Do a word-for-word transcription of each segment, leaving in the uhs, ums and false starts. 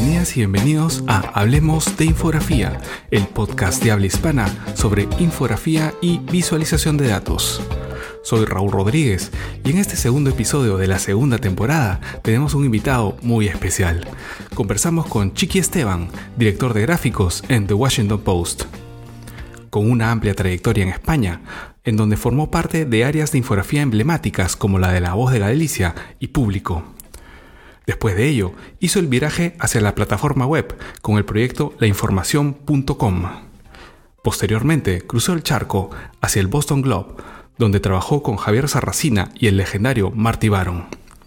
Bienvenidas y bienvenidos a Hablemos de Infografía, el podcast de habla hispana sobre infografía y visualización de datos. Soy Raúl Rodríguez y en este segundo episodio de la segunda temporada tenemos un invitado muy especial. Conversamos con Chiqui Esteban, director de gráficos en The Washington Post. Con una amplia trayectoria en España, en donde formó parte de áreas de infografía emblemáticas como la de La Voz de Galicia y Público. Después de ello, hizo el viraje hacia la plataforma web con el proyecto la información punto com. Posteriormente, cruzó el charco hacia el Boston Globe, donde trabajó con Javier Sarracina y el legendario Marty Baron.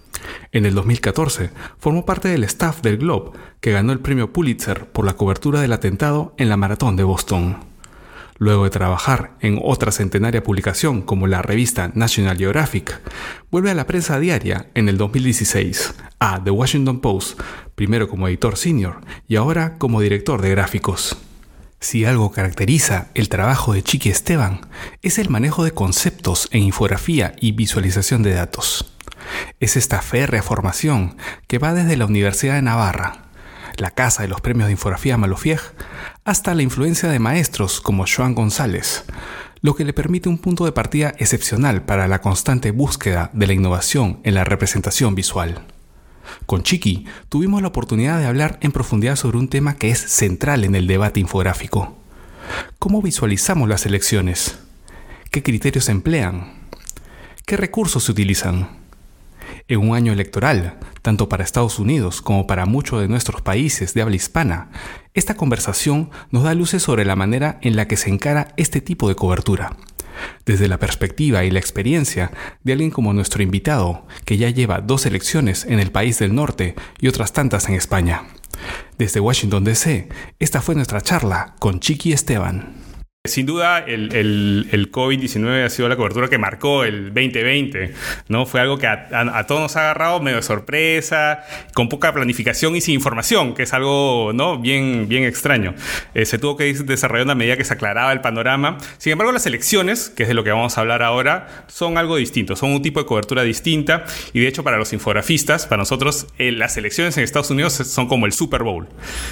En el dos mil catorce, formó parte del staff del Globe, que ganó el premio Pulitzer por la cobertura del atentado en la Maratón de Boston. Luego de trabajar en otra centenaria publicación como la revista National Geographic, vuelve a la prensa diaria en el dos mil dieciséis, a The Washington Post, primero como editor senior y ahora como director de gráficos. Si algo caracteriza el trabajo de Chiqui Esteban, es el manejo de conceptos en infografía y visualización de datos. Es esta férrea formación que va desde la Universidad de Navarra, la casa de los premios de infografía Malufieg, hasta la influencia de maestros como Joan González, lo que le permite un punto de partida excepcional para la constante búsqueda de la innovación en la representación visual. Con Chiqui tuvimos la oportunidad de hablar en profundidad sobre un tema que es central en el debate infográfico. ¿Cómo visualizamos las elecciones? ¿Qué criterios se emplean? ¿Qué recursos se utilizan? En un año electoral, tanto para Estados Unidos como para muchos de nuestros países de habla hispana, esta conversación nos da luces sobre la manera en la que se encara este tipo de cobertura, desde la perspectiva y la experiencia de alguien como nuestro invitado, que ya lleva dos elecciones en el país del norte y otras tantas en España. Desde Washington D C, esta fue nuestra charla con Chiqui Esteban. Sin duda, el, el, el COVID diecinueve ha sido la cobertura que marcó el veinte veinte, ¿no? Fue algo que a, a, a todos nos ha agarrado medio de sorpresa, con poca planificación y sin información, que es algo, ¿no? bien, bien extraño. Eh, se tuvo que desarrollar a medida que se aclaraba el panorama. Sin embargo, las elecciones, que es de lo que vamos a hablar ahora, son algo distinto, son un tipo de cobertura distinta. Y de hecho, para los infografistas, para nosotros, eh, las elecciones en Estados Unidos son como el Super Bowl,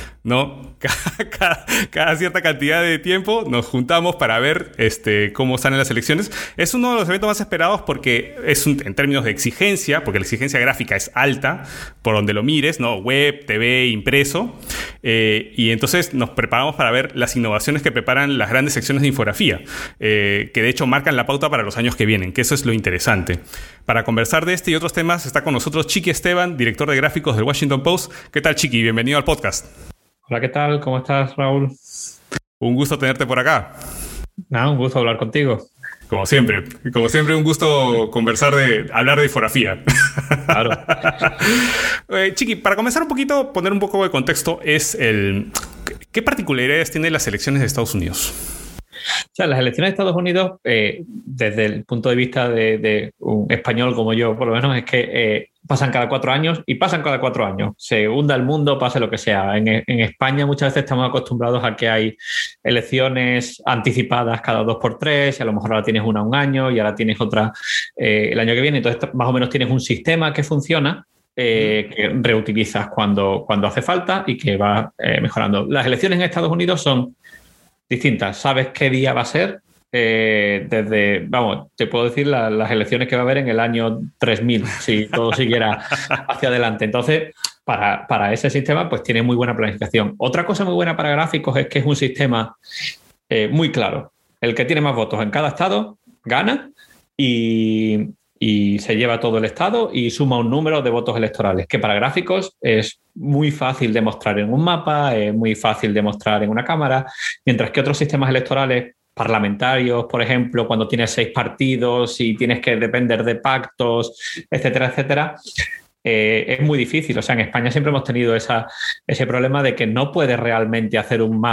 ¿no? Cada, cada, cada cierta cantidad de tiempo nos juntamos para ver este, cómo están en las elecciones. Es uno de los eventos más esperados porque es un, en términos de exigencia, porque la exigencia gráfica es alta, por donde lo mires, ¿no? Web, T V, impreso. Eh, y entonces nos preparamos para ver las innovaciones que preparan las grandes secciones de infografía, eh, que de hecho marcan la pauta para los años que vienen, que eso es lo interesante. Para conversar de este y otros temas está con nosotros Chiqui Esteban, director de gráficos del Washington Post. ¿Qué tal, Chiqui? Bienvenido al podcast. Hola, ¿qué tal? ¿Cómo estás, Raúl? Un gusto tenerte por acá. Nada, un gusto hablar contigo. Como siempre, como siempre, un gusto conversar de, hablar de infografía. Claro. eh, Chiqui, para comenzar un poquito, poner un poco de contexto, es el ¿qué particularidades tienen las elecciones de Estados Unidos? O sea, las elecciones de Estados Unidos, eh, desde el punto de vista de, de un español como yo, por lo menos, es que eh, pasan cada cuatro años y pasan cada cuatro años. Se hunda el mundo, pase lo que sea. En, en España muchas veces estamos acostumbrados a que hay elecciones anticipadas cada dos por tres y a lo mejor ahora tienes una un año y ahora tienes otra eh, el año que viene. Entonces, más o menos tienes un sistema que funciona, eh, que reutilizas cuando, cuando hace falta y que va eh, mejorando. Las elecciones en Estados Unidos son distintas. Sabes qué día va a ser. Eh, desde, vamos, te puedo decir la, las elecciones que va a haber en el año tres mil, si todo siguiera hacia adelante. Entonces, para, para ese sistema, pues tiene muy buena planificación. Otra cosa muy buena para gráficos es que es un sistema eh, muy claro. El que tiene más votos en cada estado gana y, y se lleva todo el estado y suma un número de votos electorales, que para gráficos es muy fácil de mostrar en un mapa, es muy fácil de mostrar en una cámara, mientras que otros sistemas electorales parlamentarios, por ejemplo, cuando tienes seis partidos y tienes que depender de pactos, etcétera, etcétera, eh, es muy difícil. O sea, en España siempre hemos tenido esa, ese problema de que no puedes realmente hacer un mapa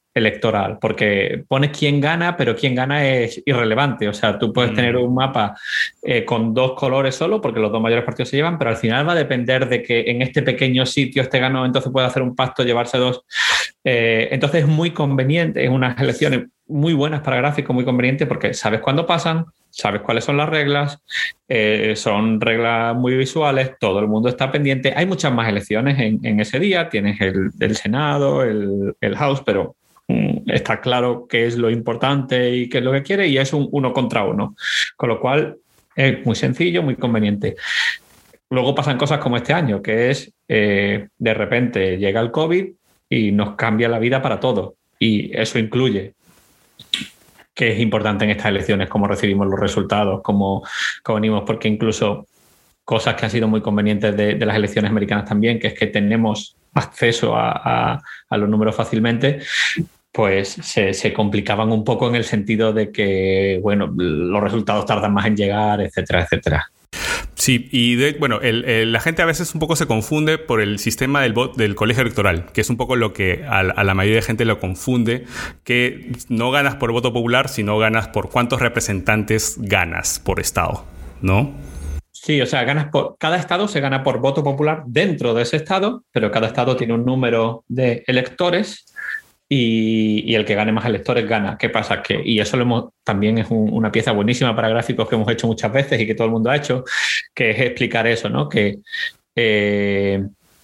electoral, porque pones quién gana, pero quién gana es irrelevante. O sea, tú puedes mm. tener un mapa eh, con dos colores solo, porque los dos mayores partidos se llevan, pero al final va a depender de que en este pequeño sitio este ganó, entonces puede hacer un pacto, llevarse dos. Eh, entonces es muy conveniente, es unas elecciones muy buenas para gráficos, muy conveniente, porque sabes cuándo pasan, sabes cuáles son las reglas, eh, son reglas muy visuales, todo el mundo está pendiente. Hay muchas más elecciones en, en ese día, tienes el, el Senado, el, el House, pero está claro qué es lo importante y qué es lo que quiere, y es un uno contra uno. Con lo cual es muy sencillo, muy conveniente. Luego pasan cosas como este año, que es eh, de repente llega el COVID y nos cambia la vida para todos. Y eso incluye que es importante en estas elecciones, cómo recibimos los resultados, cómo, cómo venimos, porque incluso cosas que han sido muy convenientes de, de las elecciones americanas también, que es que tenemos acceso a, a, a los números fácilmente, pues se, se complicaban un poco en el sentido de que, bueno, los resultados tardan más en llegar, etcétera, etcétera. Sí, y de, bueno, el, el, la gente a veces un poco se confunde por el sistema del, voto, del colegio electoral, que es un poco lo que a, a la mayoría de gente lo confunde, que no ganas por voto popular, sino ganas por cuántos representantes ganas por estado, ¿no? Sí, o sea, ganas por, cada estado se gana por voto popular dentro de ese estado, pero cada estado tiene un número de electores y, y el que gane más electores gana. ¿Qué pasa? Que, y eso lo hemos, también es un, una pieza buenísima para gráficos que hemos hecho muchas veces y que todo el mundo ha hecho, que es explicar eso, ¿no? Que eh,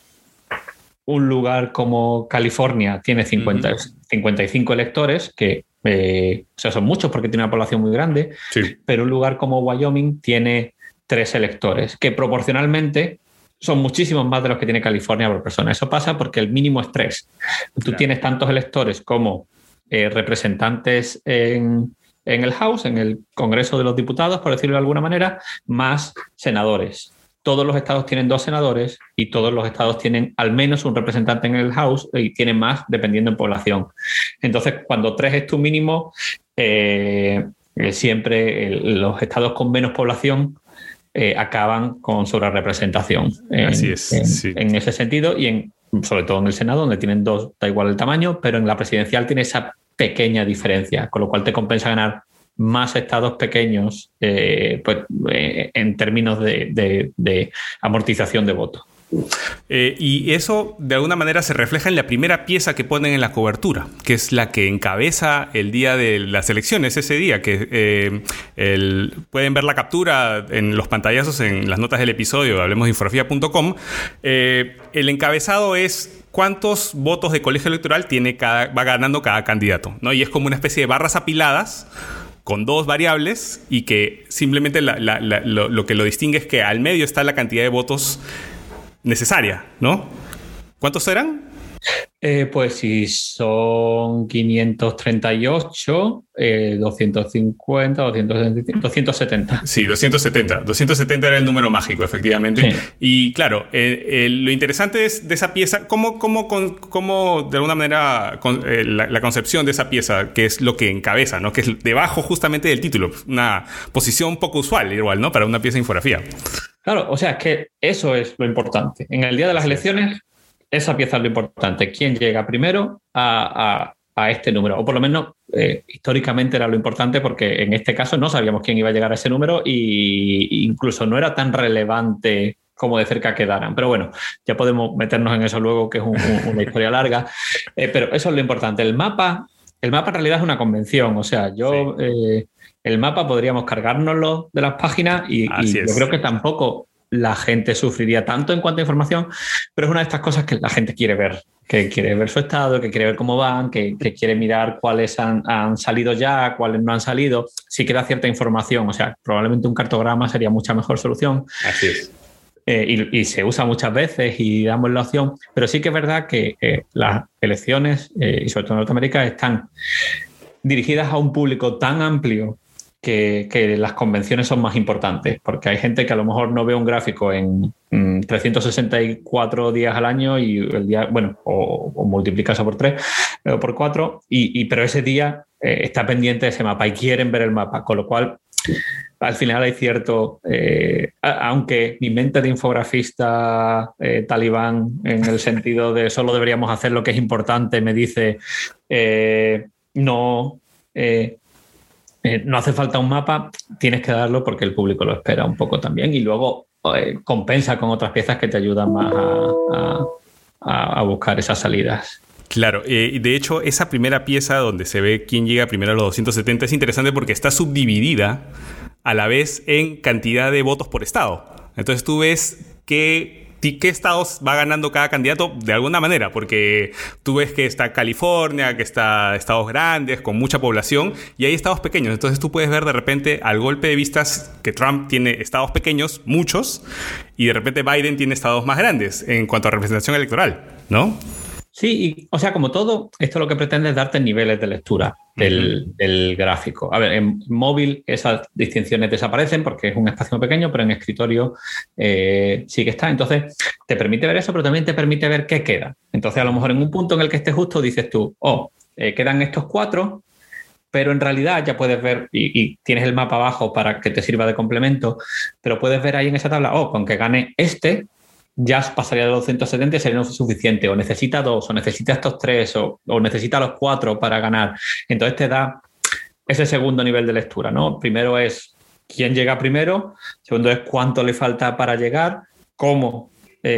un lugar como California tiene cincuenta, uh-huh. cincuenta y cinco electores, que eh, o sea, son muchos porque tiene una población muy grande, sí. Pero un lugar como Wyoming tiene tres electores, que proporcionalmente son muchísimos más de los que tiene California por persona. Eso pasa porque el mínimo es tres. Tú claro. tienes tantos electores como eh, representantes en, en el House, en el Congreso de los Diputados, por decirlo de alguna manera, más senadores. Todos los estados tienen dos senadores y todos los estados tienen al menos un representante en el House y tienen más dependiendo en población. Entonces, cuando tres es tu mínimo, eh, siempre el, los estados con menos población Eh, acaban con sobrerepresentación en, Así es, en, sí. en ese sentido, y en, sobre todo en el Senado, donde tienen dos, da igual el tamaño, pero en la presidencial tiene esa pequeña diferencia, con lo cual te compensa ganar más estados pequeños eh, pues, eh, en términos de, de, de amortización de voto. Eh, y eso de alguna manera se refleja en la primera pieza que ponen en la cobertura, que es la que encabeza el día de las elecciones, ese día que eh, el, pueden ver la captura en los pantallazos en las notas del episodio, hablemos de infografía punto com. Eh, el encabezado es cuántos votos de colegio electoral tiene cada, va ganando cada candidato, ¿no? Y es como una especie de barras apiladas con dos variables y que simplemente la, la, la, lo, lo que lo distingue es que al medio está la cantidad de votos necesaria, ¿no? ¿Cuántos eran? Eh, pues si son quinientos treinta y ocho, eh, doscientos cincuenta, doscientos setenta. Sí, doscientos setenta. doscientos setenta era el número mágico, efectivamente. Sí. Y claro, eh, eh, lo interesante es de esa pieza, cómo, cómo, cómo de alguna manera con, eh, la, la concepción de esa pieza, que es lo que encabeza, ¿no? Que es debajo justamente del título. Una posición poco usual, igual, ¿no? Para una pieza de infografía. Claro, o sea, es que eso es lo importante. En el día de las elecciones, esa pieza es lo importante. ¿Quién llega primero a, a, a este número? O por lo menos eh, históricamente era lo importante, porque en este caso no sabíamos quién iba a llegar a ese número y incluso no era tan relevante como de cerca quedaran. Pero bueno, ya podemos meternos en eso luego, que es un, un, una historia larga. Eh, pero eso es lo importante. El mapa, el mapa en realidad es una convención. O sea, yo... Sí. Eh, el mapa podríamos cargárnoslo de las páginas y, y yo creo que tampoco la gente sufriría tanto en cuanto a información, pero es una de estas cosas que la gente quiere ver, que quiere ver su estado, que quiere ver cómo van, que, que quiere mirar cuáles han, han salido ya, cuáles no han salido, si queda cierta información. O sea, probablemente un cartograma sería mucha mejor solución. Así es. Eh, y, y se usa muchas veces y damos la opción, pero sí que es verdad que eh, las elecciones, eh, y sobre todo en Norteamérica, están dirigidas a un público tan amplio Que, que las convenciones son más importantes, porque hay gente que a lo mejor no ve un gráfico en mm, trescientos sesenta y cuatro días al año y el día, bueno, o, o multiplica eso por tres o por cuatro, y, y, pero ese día eh, está pendiente de ese mapa y quieren ver el mapa, con lo cual al final hay cierto, eh, aunque mi mente de infografista eh, talibán, en el sentido de solo deberíamos hacer lo que es importante, me dice, eh, no, eh, eh, no hace falta un mapa, tienes que darlo porque el público lo espera un poco también, y luego eh, compensa con otras piezas que te ayudan más a, a, a buscar esas salidas. Claro, eh, de hecho esa primera pieza donde se ve quién llega primero a los doscientos setenta es interesante porque está subdividida a la vez en cantidad de votos por estado. Entonces tú ves qué, qué estados va ganando cada candidato de alguna manera, porque tú ves que está California, que está estados grandes, con mucha población, y hay estados pequeños. Entonces tú puedes ver de repente al golpe de vistas que Trump tiene estados pequeños, muchos, y de repente Biden tiene estados más grandes en cuanto a representación electoral, ¿no? Sí, y, o sea, como todo, esto lo que pretende es darte niveles de lectura del, uh-huh. del gráfico. A ver, en móvil esas distinciones desaparecen porque es un espacio pequeño, pero en escritorio eh, sí que está. Entonces, te permite ver eso, pero también te permite ver qué queda. Entonces, a lo mejor en un punto en el que esté justo, dices tú, oh, eh, quedan estos cuatro, pero en realidad ya puedes ver, y, y tienes el mapa abajo para que te sirva de complemento, pero puedes ver ahí en esa tabla, oh, con que gane este, ya pasaría de los doscientos setenta y sería no suficiente, o necesita dos, o necesita estos tres, o, o necesita los cuatro para ganar. Entonces te da ese segundo nivel de lectura, ¿no? Primero es quién llega primero, segundo es cuánto le falta para llegar, cómo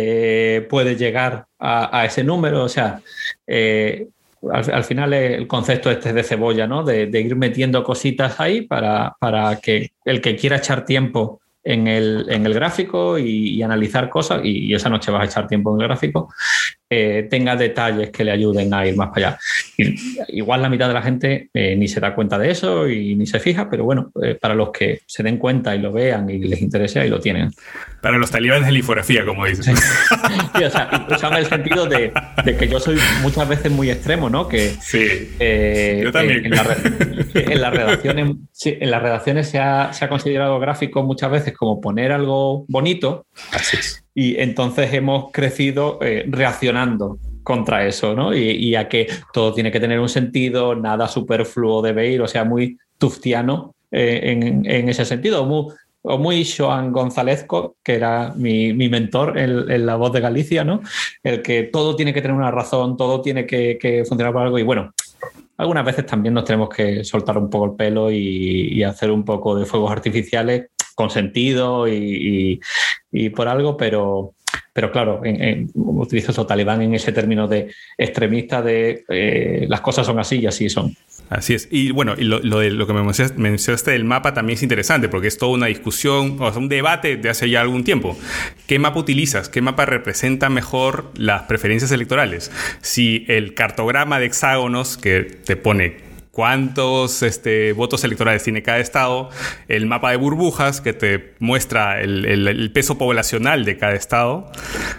eh, puede llegar a, a ese número, o sea, eh, al, al final el concepto este de cebolla, ¿no? De, de ir metiendo cositas ahí para, para que el que quiera echar tiempo en el, en el gráfico y, y analizar cosas, y, y esa noche vas a echar tiempo en el gráfico, eh, tenga detalles que le ayuden a ir más para allá. Y, igual la mitad de la gente eh, ni se da cuenta de eso y ni se fija, pero bueno, eh, para los que se den cuenta y lo vean y les interese, ahí lo tienen. Para los talibanes de la infografía, como dices. Sí, sí, o sea, incluso en el sentido de, de que yo soy muchas veces muy extremo, ¿no? Que, sí, eh, yo también. En, la, en, las redacciones, sí, en las redacciones se ha, se ha considerado gráfico muchas veces como poner algo bonito. Así es. Y entonces hemos crecido eh, reaccionando contra eso, ¿no? Y, y a que todo tiene que tener un sentido, nada superfluo debe ir, o sea, muy tuftiano eh, en, en ese sentido, muy, o muy Joan Gonzálezco, que era mi, mi mentor en, en La Voz de Galicia, ¿no? El que todo tiene que tener una razón, todo tiene que, que funcionar por algo, y bueno, algunas veces también nos tenemos que soltar un poco el pelo y, y hacer un poco de fuegos artificiales con sentido y, y, y por algo, pero, pero claro, en, en, utilizo eso, talibán en ese término de extremista de eh, las cosas son así y así son. Así es. Y bueno, y lo, lo, de, lo que me mencionaste del mapa también es interesante porque es toda una discusión, o sea, un debate de hace ya algún tiempo. ¿Qué mapa utilizas? ¿Qué mapa representa mejor las preferencias electorales? Si el cartograma de hexágonos que te pone cuántos este, votos electorales tiene cada estado, el mapa de burbujas que te muestra el, el, el peso poblacional de cada estado,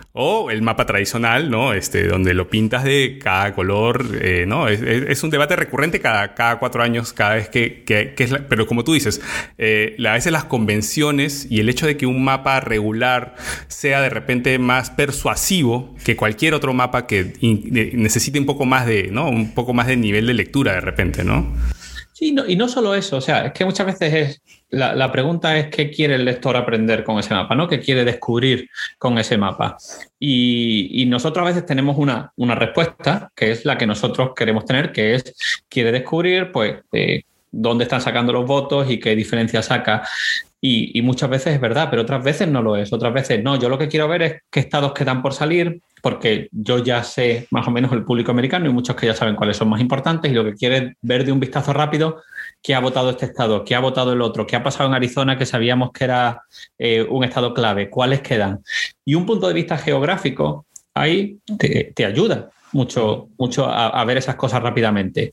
o el mapa tradicional, ¿no? Este, donde lo pintas de cada color, eh, ¿no? Es, es un debate recurrente cada, cada cuatro años, cada vez que, que, que es la, pero como tú dices, eh, a veces las convenciones y el hecho de que un mapa regular sea de repente más persuasivo que cualquier otro mapa que in, de, necesite un poco más de, ¿no? Un poco más de nivel de lectura de repente, ¿no? Sí, no, y no solo eso, o sea, es que muchas veces es la, la pregunta es qué quiere el lector aprender con ese mapa, ¿no? ¿Qué quiere descubrir con ese mapa? Y, y nosotros a veces tenemos una, una respuesta que es la que nosotros queremos tener, que es quiere descubrir, pues, eh, dónde están sacando los votos y qué diferencia saca. Y, y muchas veces es verdad, pero otras veces no lo es. Otras veces no. Yo lo que quiero ver es qué estados quedan por salir, porque yo ya sé más o menos el público americano y muchos que ya saben cuáles son más importantes, y lo que quiero es ver de un vistazo rápido qué ha votado este estado, qué ha votado el otro, qué ha pasado en Arizona, que sabíamos que era eh, un estado clave, cuáles quedan. Y un punto de vista geográfico ahí te, te ayuda mucho, mucho a, a ver esas cosas rápidamente.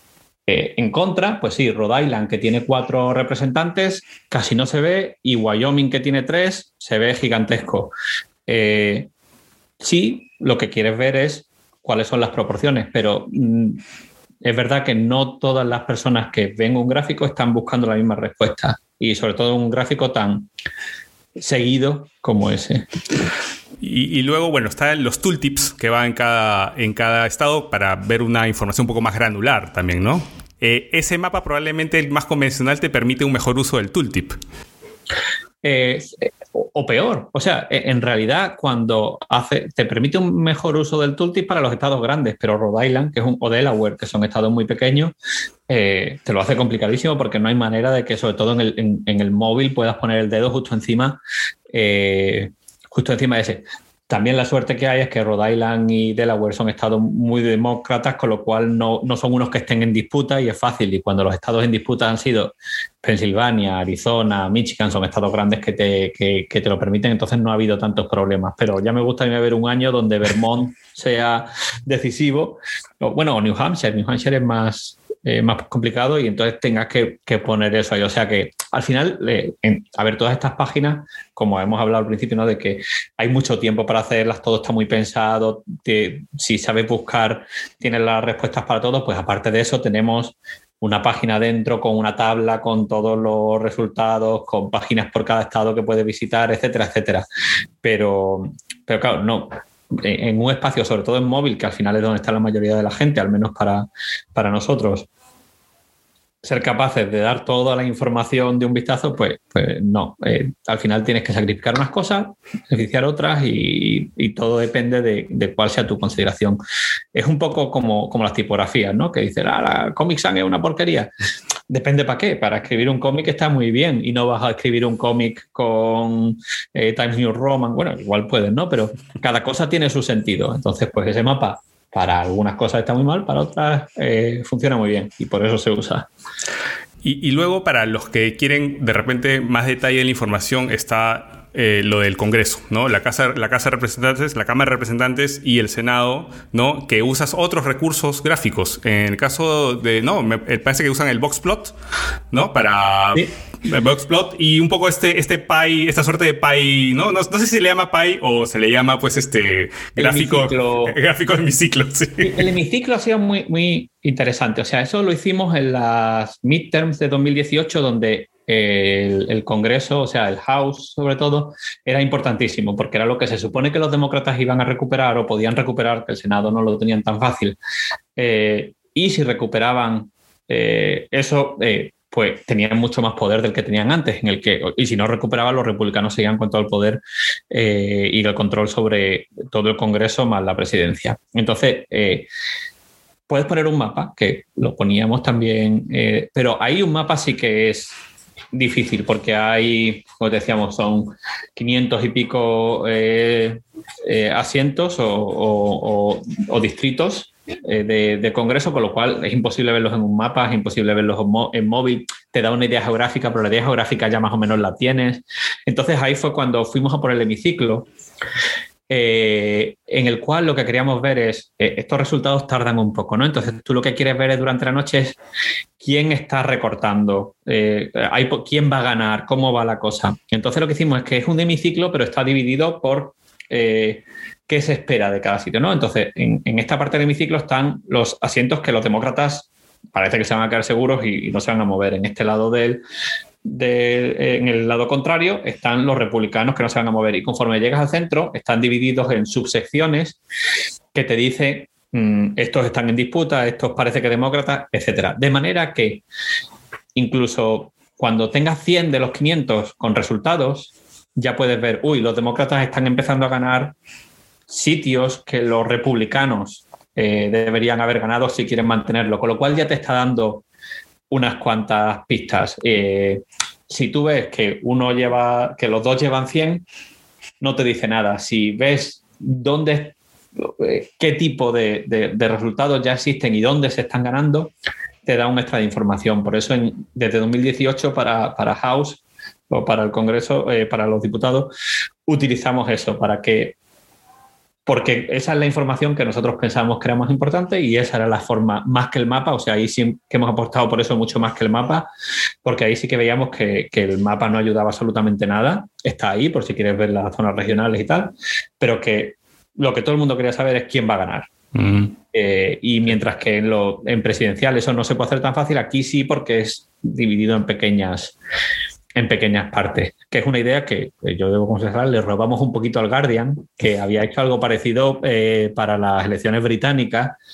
Eh, en contra, pues sí, Rhode Island, que tiene cuatro representantes, casi no se ve, y Wyoming, que tiene tres, se ve gigantesco. Eh, sí, lo que quieres ver es cuáles son las proporciones, pero mm, es verdad que no todas las personas que ven un gráfico están buscando la misma respuesta, y sobre todo un gráfico tan seguido como ese. Y, y luego, bueno, están los tooltips que van en cada, en cada estado para ver una información un poco más granular también, ¿no? eh, ese mapa probablemente el más convencional te permite un mejor uso del tooltip. Eh, o peor, o sea, en realidad cuando hace, te permite un mejor uso del tooltip para los estados grandes, pero Rhode Island, que es un, o Delaware, que son estados muy pequeños, eh, te lo hace complicadísimo porque no hay manera de que, sobre todo en el, en, en el móvil, puedas poner el dedo justo encima, eh, justo encima de ese. También la suerte que hay es que Rhode Island y Delaware son estados muy demócratas, con lo cual no, no son unos que estén en disputa y es fácil. Y cuando los estados en disputa han sido Pensilvania, Arizona, Michigan, son estados grandes que te, que, que te lo permiten, entonces no ha habido tantos problemas. Pero ya me gustaría ver un año donde Vermont sea decisivo. O, bueno, o New Hampshire. New Hampshire es más... Eh, más complicado y entonces tengas que, que poner eso ahí. O sea que al final, eh, en, a ver, todas estas páginas, como hemos hablado al principio, ¿no? De que hay mucho tiempo para hacerlas, todo está muy pensado, te, si sabes buscar, tienes las respuestas para todo, pues aparte de eso tenemos una página dentro con una tabla con todos los resultados, con páginas por cada estado que puedes visitar, etcétera, etcétera. Pero, pero claro, no... en un espacio, sobre todo en móvil, que al final es donde está la mayoría de la gente, al menos para, para nosotros, ser capaces de dar toda la información de un vistazo, pues, pues no. Eh, al final tienes que sacrificar unas cosas, beneficiar otras y, y todo depende de, de cuál sea tu consideración. Es un poco como, como las tipografías, ¿no? Que dicen, ah, la Comic Sans es una porquería. Depende para qué. Para escribir un cómic está muy bien y no vas a escribir un cómic con eh, Times New Roman. Bueno, igual puedes, ¿no? Pero cada cosa tiene su sentido. Entonces, pues ese mapa para algunas cosas está muy mal, para otras eh, funciona muy bien y por eso se usa. Y, y luego, para los que quieren de repente más detalle de la información, está... Eh, lo del Congreso, ¿no? La Casa, la Casa de Representantes, la Cámara de Representantes y el Senado, ¿no? Que usas otros recursos gráficos. En el caso de, no, me parece que usan el Boxplot, ¿no? Para sí. El Boxplot y un poco este, este pie, esta suerte de pie, ¿no? No, no sé si se le llama pie o se le llama, pues, este gráfico, hemiciclo. gráfico de hemiciclo, sí. El hemiciclo ha sido muy, muy interesante. O sea, eso lo hicimos en las midterms de dos mil dieciocho, donde El, el Congreso, o sea, el House sobre todo, era importantísimo porque era lo que se supone que los demócratas iban a recuperar o podían recuperar, que el Senado no lo tenían tan fácil. Eh, y si recuperaban eh, eso, eh, pues tenían mucho más poder del que tenían antes, en el que, y si no recuperaban, los republicanos seguían con todo el poder eh, y el control sobre todo el Congreso más la presidencia. Entonces, eh, puedes poner un mapa, que lo poníamos también, eh, pero ahí un mapa sí que es difícil porque hay, como decíamos, son quinientos y pico eh, eh, asientos o, o, o, o distritos eh, de, de Congreso, con lo cual es imposible verlos en un mapa, es imposible verlos en, en móvil, te da una idea geográfica, pero la idea geográfica ya más o menos la tienes. Entonces ahí fue cuando fuimos a por el hemiciclo, Eh, en el cual lo que queríamos ver es, eh, estos resultados tardan un poco, ¿no? Entonces tú lo que quieres ver es durante la noche es quién está recortando, eh, hay, quién va a ganar, cómo va la cosa. Entonces lo que hicimos es que es un hemiciclo, pero está dividido por eh, qué se espera de cada sitio, ¿no? Entonces en, en esta parte del hemiciclo están los asientos que los demócratas parece que se van a quedar seguros y, y no se van a mover. En este lado del De, en el lado contrario están los republicanos que no se van a mover y conforme llegas al centro están divididos en subsecciones que te dicen mmm, estos están en disputa, estos parece que demócratas, etcétera. De manera que incluso cuando tengas cien de los quinientos con resultados ya puedes ver, uy, los demócratas están empezando a ganar sitios que los republicanos eh, deberían haber ganado si quieren mantenerlo, con lo cual ya te está dando unas cuantas pistas. Eh, si tú ves que uno lleva, que los dos llevan cien, no te dice nada. Si ves dónde, qué tipo de, de, de resultados ya existen y dónde se están ganando, te da un extra de información. Por eso en, desde dos mil dieciocho para, para House o para el Congreso, eh, para los diputados, utilizamos eso para que porque esa es la información que nosotros pensamos que era más importante y esa era la forma, más que el mapa, o sea, ahí sí que hemos apostado por eso mucho más que el mapa, porque ahí sí que veíamos que, que el mapa no ayudaba absolutamente nada, está ahí por si quieres ver las zonas regionales y tal, pero que lo que todo el mundo quería saber es quién va a ganar. Mm. Eh, y mientras que en, lo, en presidencial eso no se puede hacer tan fácil, aquí sí porque es dividido en pequeñas... en pequeñas partes, que es una idea que yo debo confesar, le robamos un poquito al Guardian, que había hecho algo parecido eh, para las elecciones británicas,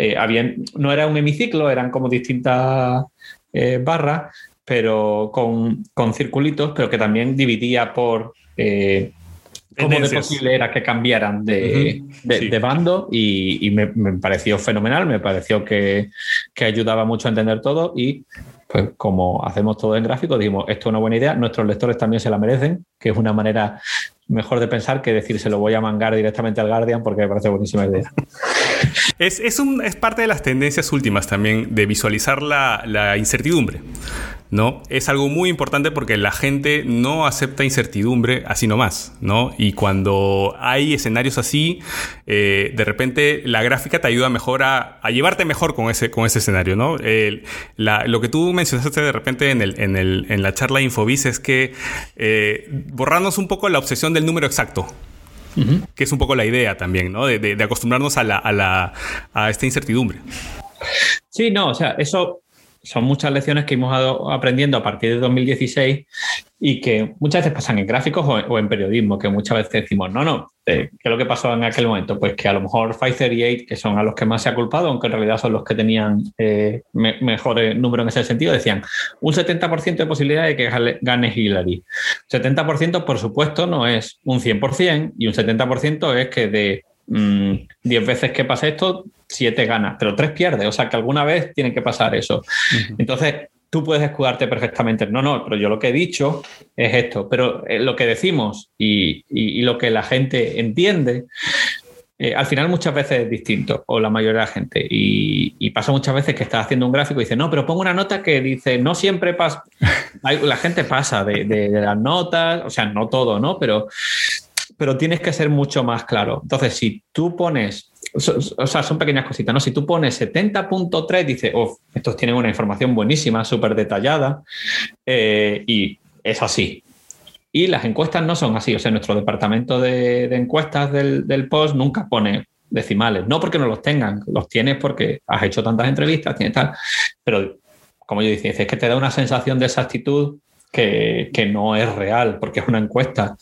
eh, había, no era un hemiciclo, eran como distintas eh, barras, pero con, con circulitos, pero que también dividía por... Eh, cómo de posible era que cambiaran de, uh-huh. de, sí. de bando y, y me, me pareció fenomenal, me pareció que, que ayudaba mucho a entender todo y pues como hacemos todo en gráfico dijimos esto es una buena idea, nuestros lectores también se la merecen, que es una manera mejor de pensar que decir se lo voy a mangar directamente al Guardian porque me parece buenísima idea. Es, es, un, es parte de las tendencias últimas también de visualizar la, la incertidumbre, ¿no? Es algo muy importante porque la gente no acepta incertidumbre así nomás, ¿no? Y cuando hay escenarios así, eh, de repente la gráfica te ayuda mejor a, a llevarte mejor con ese, con ese escenario, ¿no? El, la, lo que tú mencionaste de repente en, el, en, el, en la charla de Infobiz es que eh, borrarnos un poco la obsesión del número exacto. Uh-huh. Que es un poco la idea también, ¿no? De, de, de acostumbrarnos a, la, a, la, a esta incertidumbre. Sí, no, o sea, eso son muchas lecciones que hemos ido aprendiendo a partir de dos mil dieciséis y que muchas veces pasan en gráficos o, o en periodismo, que muchas veces decimos, no, no, eh, ¿qué es lo que pasó en aquel momento? Pues que a lo mejor cinco treinta y ocho, que son a los que más se ha culpado, aunque en realidad son los que tenían eh, me, mejores números en ese sentido, decían un setenta por ciento de posibilidad de que gane Hillary. setenta por ciento, por supuesto, no es un cien por ciento y un setenta por ciento es que de mmm, diez veces que pasa esto, siete ganas, pero tres pierdes. O sea, que alguna vez tiene que pasar eso. Uh-huh. Entonces, tú puedes escudarte perfectamente. No, no, pero yo lo que he dicho es esto. Pero eh, lo que decimos y, y, y lo que la gente entiende, eh, al final muchas veces es distinto, o la mayoría de la gente. Y, y pasa muchas veces que estás haciendo un gráfico y dices, no, pero pongo una nota que dice, no siempre pasa. La gente pasa de, de, de las notas, o sea, no todo, ¿no? Pero, pero tienes que ser mucho más claro. Entonces, si tú pones... O sea, son pequeñas cositas, ¿no? Si tú pones setenta punto tres, dices, oh, estos tienen una información buenísima, súper detallada, eh, y es así. Y las encuestas no son así. O sea, nuestro departamento de, de encuestas del, del Post nunca pone decimales. No porque no los tengan, los tienes porque has hecho tantas entrevistas, tienes tal. Pero, como yo decía, es que te da una sensación de exactitud que, que no es real, porque es una encuesta.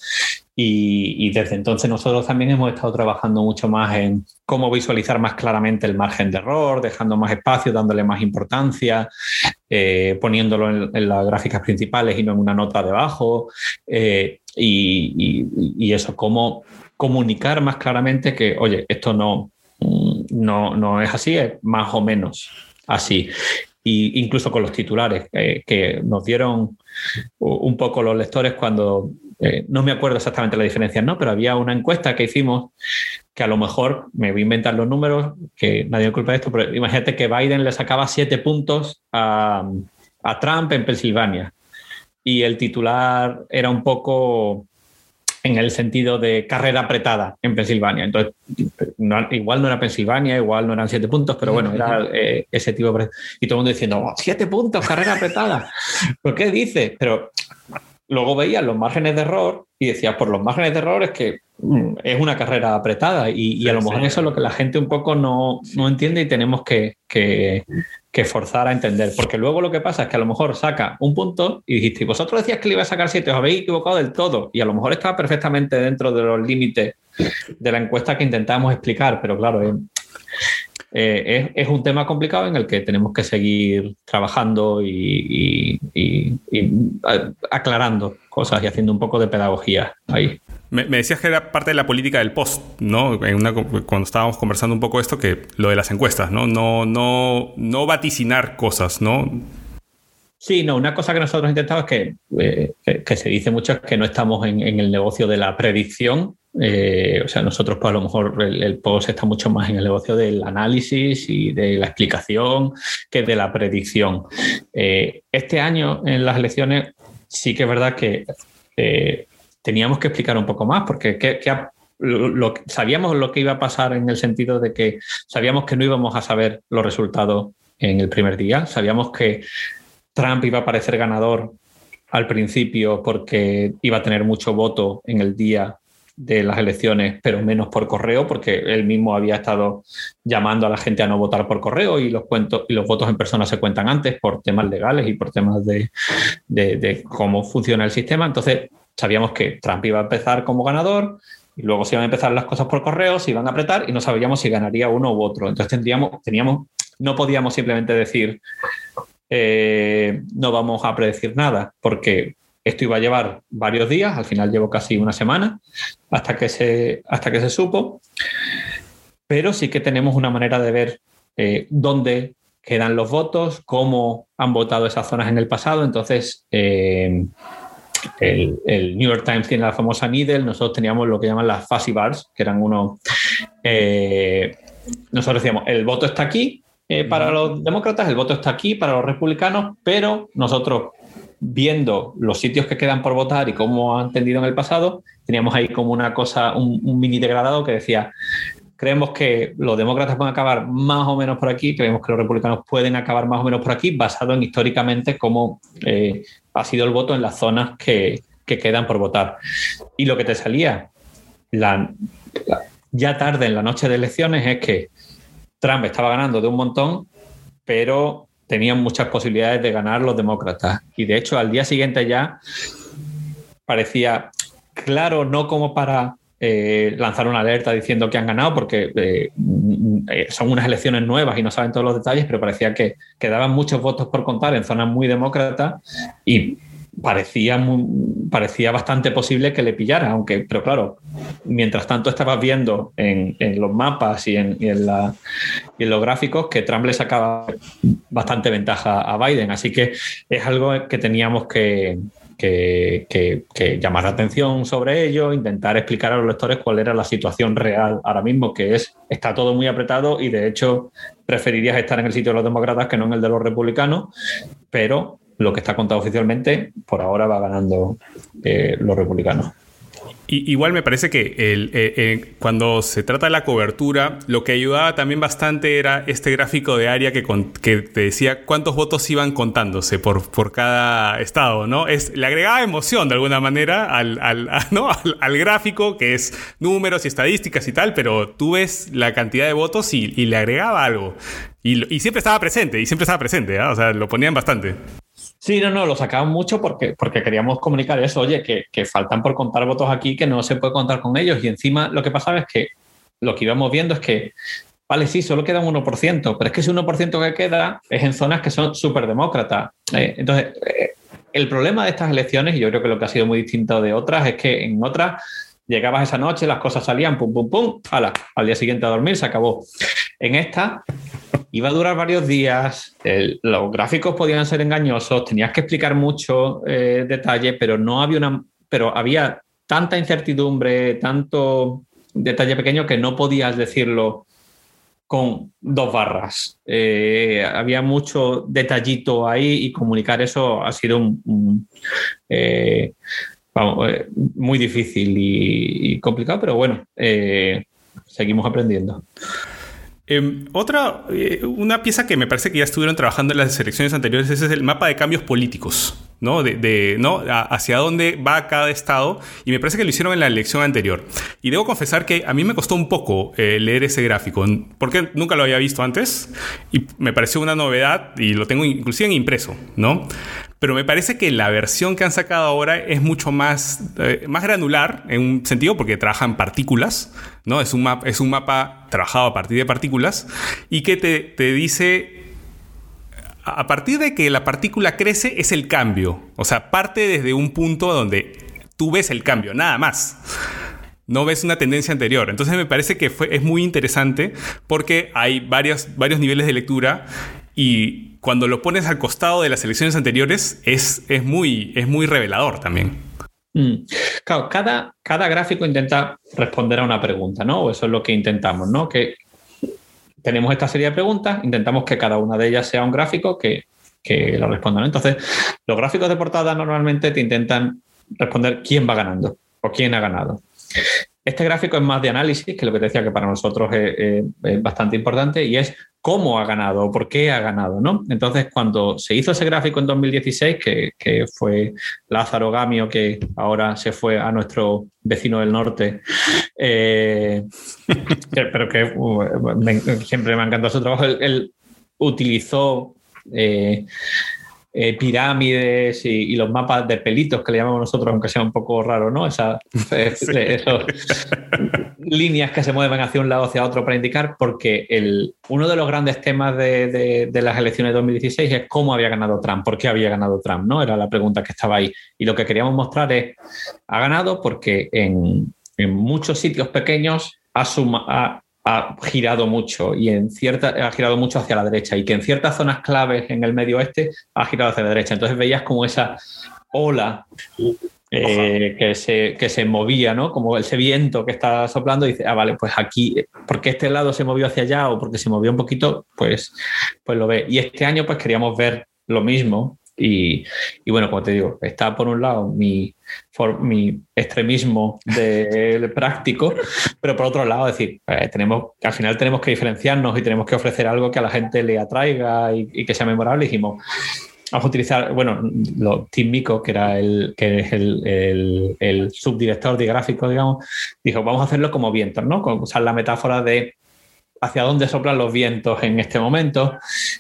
Y, y desde entonces nosotros también hemos estado trabajando mucho más en cómo visualizar más claramente el margen de error, dejando más espacio, dándole más importancia, eh, poniéndolo en, en las gráficas principales y no en una nota debajo. Eh, y, y, y eso, cómo comunicar más claramente que, oye, esto no, no, no es así, es más o menos así. Y incluso con los titulares eh, que nos dieron un poco los lectores cuando... Eh, no me acuerdo exactamente la diferencia, ¿no? Pero había una encuesta que hicimos que a lo mejor, me voy a inventar los números, que nadie me culpa de esto, pero imagínate que Biden le sacaba siete puntos a, a Trump en Pensilvania y el titular era un poco en el sentido de carrera apretada en Pensilvania. Entonces, no, igual no era Pensilvania, igual no eran siete puntos, pero bueno, era eh, ese tipo de... Y todo el mundo diciendo, oh, siete puntos, carrera apretada. ¿Por qué dices? Pero... Luego veías los márgenes de error y decías, por los márgenes de error es que mm, es una carrera apretada y, y a lo mejor sí, eso es lo que la gente un poco no, no entiende y tenemos que, que, que forzar a entender. Porque luego lo que pasa es que a lo mejor saca un punto y dijiste, vosotros decías que le iba a sacar siete, os habéis equivocado del todo. Y a lo mejor estaba perfectamente dentro de los límites de la encuesta que intentamos explicar, pero claro, eh, Eh, es, es un tema complicado en el que tenemos que seguir trabajando y, y, y, y aclarando cosas y haciendo un poco de pedagogía ahí. Me, me decías que era parte de la política del Post, ¿no? En una, cuando estábamos conversando un poco esto, que lo de las encuestas, ¿no? No, no, no vaticinar cosas, ¿no? Sí, no, una cosa que nosotros intentamos es que, eh, que, que se dice mucho es que no estamos en, en el negocio de la predicción. Eh, o sea, nosotros pues a lo mejor el, el Post está mucho más en el negocio del análisis y de la explicación que de la predicción. Eh, este año en las elecciones sí que es verdad que eh, teníamos que explicar un poco más porque que, que lo, lo, sabíamos lo que iba a pasar en el sentido de que sabíamos que no íbamos a saber los resultados en el primer día, sabíamos que Trump iba a parecer ganador al principio porque iba a tener mucho voto en el día de las elecciones, pero menos por correo, porque él mismo había estado llamando a la gente a no votar por correo y los cuentos y los votos en persona se cuentan antes por temas legales y por temas de, de, de cómo funciona el sistema. Entonces sabíamos que Trump iba a empezar como ganador, y luego se iban a empezar las cosas por correo, se iban a apretar y no sabíamos si ganaría uno u otro. Entonces tendríamos, teníamos, no podíamos simplemente decir eh, no vamos a predecir nada, porque esto iba a llevar varios días, al final llevó casi una semana hasta que se, hasta que se supo, pero sí que tenemos una manera de ver eh, dónde quedan los votos, cómo han votado esas zonas en el pasado. Entonces, eh, el, el New York Times tiene la famosa Needle, nosotros teníamos lo que llaman las fuzzy bars, que eran unos... Eh, nosotros decíamos, el voto está aquí eh, para los demócratas, el voto está aquí para los republicanos, pero nosotros, viendo los sitios que quedan por votar y cómo han tendido en el pasado, teníamos ahí como una cosa, un, un mini degradado que decía... Creemos que los demócratas pueden acabar más o menos por aquí, creemos que los republicanos pueden acabar más o menos por aquí, basado en históricamente cómo eh, ha sido el voto en las zonas que, que quedan por votar. Y lo que te salía la, la, ya tarde en la noche de elecciones es que Trump estaba ganando de un montón, pero tenían muchas posibilidades de ganar los demócratas. Y de hecho, al día siguiente ya parecía claro, no como para... Eh, lanzar una alerta diciendo que han ganado porque eh, eh, son unas elecciones nuevas y no saben todos los detalles, pero parecía que quedaban muchos votos por contar en zonas muy demócratas y parecía, muy, parecía bastante posible que le pillara, aunque, pero claro, mientras tanto estabas viendo en, en los mapas y en, y, en la, y en los gráficos que Trump le sacaba bastante ventaja a Biden, así que es algo que teníamos que Que, que, que llamar la atención sobre ello, intentar explicar a los lectores cuál era la situación real ahora mismo, que es, está todo muy apretado y de hecho preferirías estar en el sitio de los demócratas que no en el de los republicanos, pero lo que está contado oficialmente, por ahora va ganando eh, los republicanos. Y, igual me parece que el, eh, eh, cuando se trata de la cobertura, lo que ayudaba también bastante era este gráfico de área que, con, que te decía cuántos votos iban contándose por, por cada estado, ¿no? Es, le agregaba emoción de alguna manera al, al, a, ¿no? al, al gráfico, que es números y estadísticas y tal, pero tú ves la cantidad de votos y, y le agregaba algo. Y, y siempre estaba presente, y siempre estaba presente, ¿eh? O sea, lo ponían bastante. Sí, no, no, lo sacaban mucho porque, porque queríamos comunicar eso, oye, que, que faltan por contar votos aquí, que no se puede contar con ellos. Y encima lo que pasaba es que lo que íbamos viendo es que, vale, sí, solo queda un uno por ciento, pero es que ese uno por ciento que queda es en zonas que son súper demócratas. Eh, entonces, eh, el problema de estas elecciones, y yo creo que lo que ha sido muy distinto de otras, es que en otras llegabas esa noche, las cosas salían, pum, pum, pum, ala, al día siguiente a dormir, se acabó. En esta... iba a durar varios días, el, los gráficos podían ser engañosos, tenías que explicar mucho eh, detalle, pero no había una, pero había tanta incertidumbre, tanto detalle pequeño que no podías decirlo con dos barras. Eh, había mucho detallito ahí y comunicar eso ha sido un, un, eh, vamos, eh, muy difícil y, y complicado, pero bueno, eh, seguimos aprendiendo. Eh, otra, eh, una pieza que me parece que ya estuvieron trabajando en las elecciones anteriores, ese es el mapa de cambios políticos, ¿no? De, de, ¿no? A, hacia dónde va cada estado, y me parece que lo hicieron en la elección anterior. Y debo confesar que a mí me costó un poco eh, leer ese gráfico, porque nunca lo había visto antes, y me pareció una novedad, y lo tengo inclusive en impreso, ¿no? Pero me parece que la versión que han sacado ahora es mucho más, eh, más granular, en un sentido, porque trabajan partículas, ¿no? Es un, map, es un mapa trabajado a partir de partículas y que te, te dice, a partir de que la partícula crece, es el cambio. O sea, parte desde un punto donde tú ves el cambio, nada más. No ves una tendencia anterior. Entonces me parece que fue, es muy interesante porque hay varios, varios niveles de lectura y cuando lo pones al costado de las elecciones anteriores es, es, muy, es muy revelador también. Mm. Claro, cada, cada gráfico intenta responder a una pregunta, ¿no? O eso es lo que intentamos, ¿no? Que tenemos esta serie de preguntas, intentamos que cada una de ellas sea un gráfico que, que lo responda, ¿no? Entonces, los gráficos de portada normalmente te intentan responder quién va ganando o quién ha ganado. Este gráfico es más de análisis, que es lo que te decía que para nosotros es, es, es bastante importante, y es cómo ha ganado o por qué ha ganado, ¿no? Entonces, cuando se hizo ese gráfico en dos mil dieciséis, que, que fue Lázaro Gamio, que ahora se fue a nuestro vecino del norte, eh, que, pero que uh, me, siempre me ha encantado su trabajo, él, él utilizó... Eh, eh, pirámides y, y los mapas de pelitos que le llamamos nosotros, aunque sea un poco raro, ¿no? Esa, sí. Esos líneas que se mueven hacia un lado hacia otro para indicar, porque el, uno de los grandes temas de, de, de las elecciones de dos mil dieciséis es cómo había ganado Trump, por qué había ganado Trump, ¿no? Era la pregunta que estaba ahí. Y lo que queríamos mostrar es, ha ganado porque en, en muchos sitios pequeños ha, suma, ha, ha girado mucho y en cierta, ha girado mucho hacia la derecha y que en ciertas zonas claves en el medio oeste ha girado hacia la derecha. Entonces veías como esa ola eh, que, se, que se movía, ¿no? Como ese viento que está soplando y dice, ah, vale, pues aquí, porque este lado se movió hacia allá o porque se movió un poquito, pues, pues lo ve. Y este año pues queríamos ver lo mismo. Y, y bueno, como te digo, está por un lado mi, for, mi extremismo de, de práctico, pero por otro lado, es decir, eh, tenemos, al final tenemos que diferenciarnos y tenemos que ofrecer algo que a la gente le atraiga y, y que sea memorable. Y dijimos, vamos a utilizar, bueno, lo, Tim Mico, que era el, que es el, el, el subdirector de gráficos, digamos, dijo, vamos a hacerlo como vientos, ¿no? Con usar la metáfora de hacia dónde soplan los vientos en este momento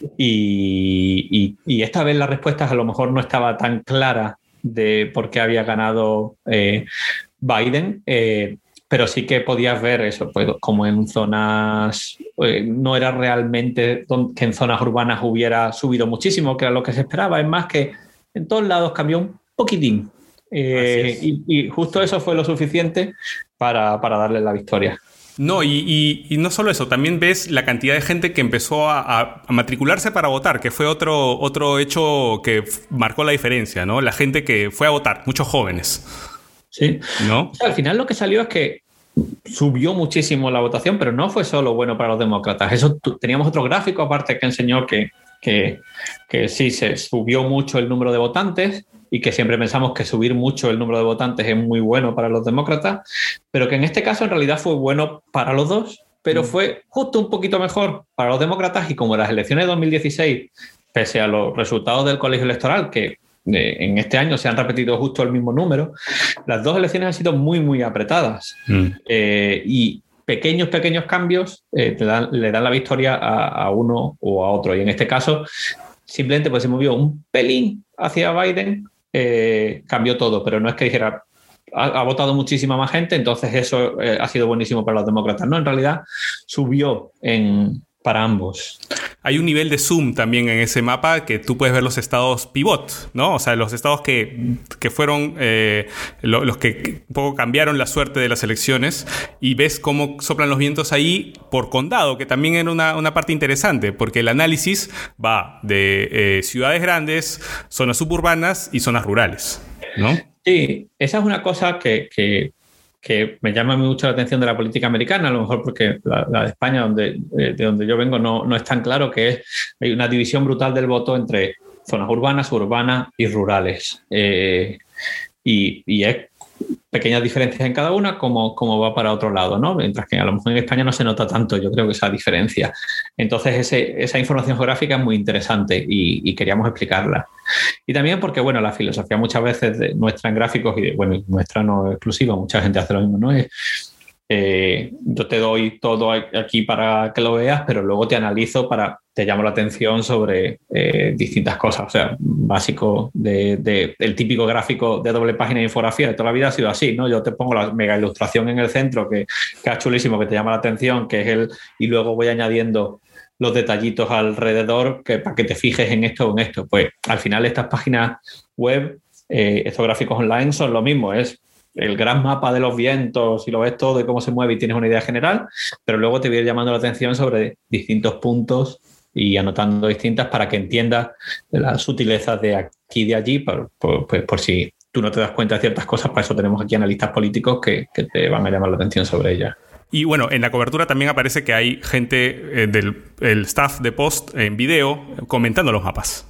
y, y, y esta vez la respuesta a lo mejor no estaba tan clara de por qué había ganado eh, Biden, eh, pero sí que podías ver eso, pues como en zonas, eh, no era realmente que en zonas urbanas hubiera subido muchísimo, que era lo que se esperaba, es más que en todos lados cambió un poquitín eh, y, y justo eso fue lo suficiente para, para darle la victoria. No, y, y, y no solo eso, también ves la cantidad de gente que empezó a, a, a matricularse para votar, que fue otro, otro hecho que marcó la diferencia, ¿no? La gente que fue a votar, muchos jóvenes. Sí. ¿No? O sea, al final lo que salió es que subió muchísimo la votación, pero no fue solo bueno para los demócratas. Eso teníamos otro gráfico aparte que enseñó que, que, que sí, se subió mucho el número de votantes, y que siempre pensamos que subir mucho el número de votantes es muy bueno para los demócratas, pero que en este caso en realidad fue bueno para los dos, pero fue justo un poquito mejor para los demócratas y como las elecciones de dos mil dieciséis, pese a los resultados del colegio electoral, que eh, en este año se han repetido justo el mismo número, las dos elecciones han sido muy, muy apretadas. Mm. Eh, y pequeños, pequeños cambios eh, le, dan, le dan la victoria a, a uno o a otro. Y en este caso, simplemente pues se movió un pelín hacia Biden, Eh, cambió todo, pero no es que dijera ha, ha votado muchísima más gente, entonces eso eh, ha sido buenísimo para los demócratas. No, en realidad subió en, para ambos. Hay un nivel de zoom también en ese mapa que tú puedes ver los estados pivot, ¿no? O sea, los estados que, que fueron eh, lo, los que un poco cambiaron la suerte de las elecciones y ves cómo soplan los vientos ahí por condado, que también era una, una parte interesante, porque el análisis va de eh, ciudades grandes, zonas suburbanas y zonas rurales, ¿no? Sí, esa es una cosa que... que... que me llama mucho la atención de la política americana, a lo mejor porque la, la de España, donde, de donde yo vengo, no, no es tan claro, que es hay una división brutal del voto entre zonas urbanas, suburbanas y rurales. Eh, y, y es pequeñas diferencias en cada una, como, como va para otro lado, ¿no? Mientras que a lo mejor en España no se nota tanto, yo creo que esa diferencia. Entonces, ese, esa información geográfica es muy interesante y, y queríamos explicarla. Y también porque, bueno, la filosofía muchas veces de nuestra en gráficos, y de, bueno, nuestra no exclusiva, mucha gente hace lo mismo, ¿no? Es, eh, yo te doy todo aquí para que lo veas, pero luego te analizo para, te llamo la atención sobre eh, distintas cosas. O sea, básico de, de, el típico gráfico de doble página de infografía de toda la vida ha sido así, ¿no? Yo te pongo la mega ilustración en el centro que, que es chulísimo, que te llama la atención, que es el, y luego voy añadiendo los detallitos alrededor que, para que te fijes en esto o en esto. Pues al final estas páginas web, eh, estos gráficos online son lo mismo, es el gran mapa de los vientos y lo ves todo de cómo se mueve y tienes una idea general, pero luego te voy a ir llamando la atención sobre distintos puntos y anotando distintas para que entiendas las sutilezas de aquí y de allí, por, por, por, por si tú no te das cuenta de ciertas cosas. Para eso tenemos aquí analistas políticos que, que te van a llamar la atención sobre ellas. Y bueno, en la cobertura también aparece que hay gente eh, del el staff de Post en video comentando los mapas.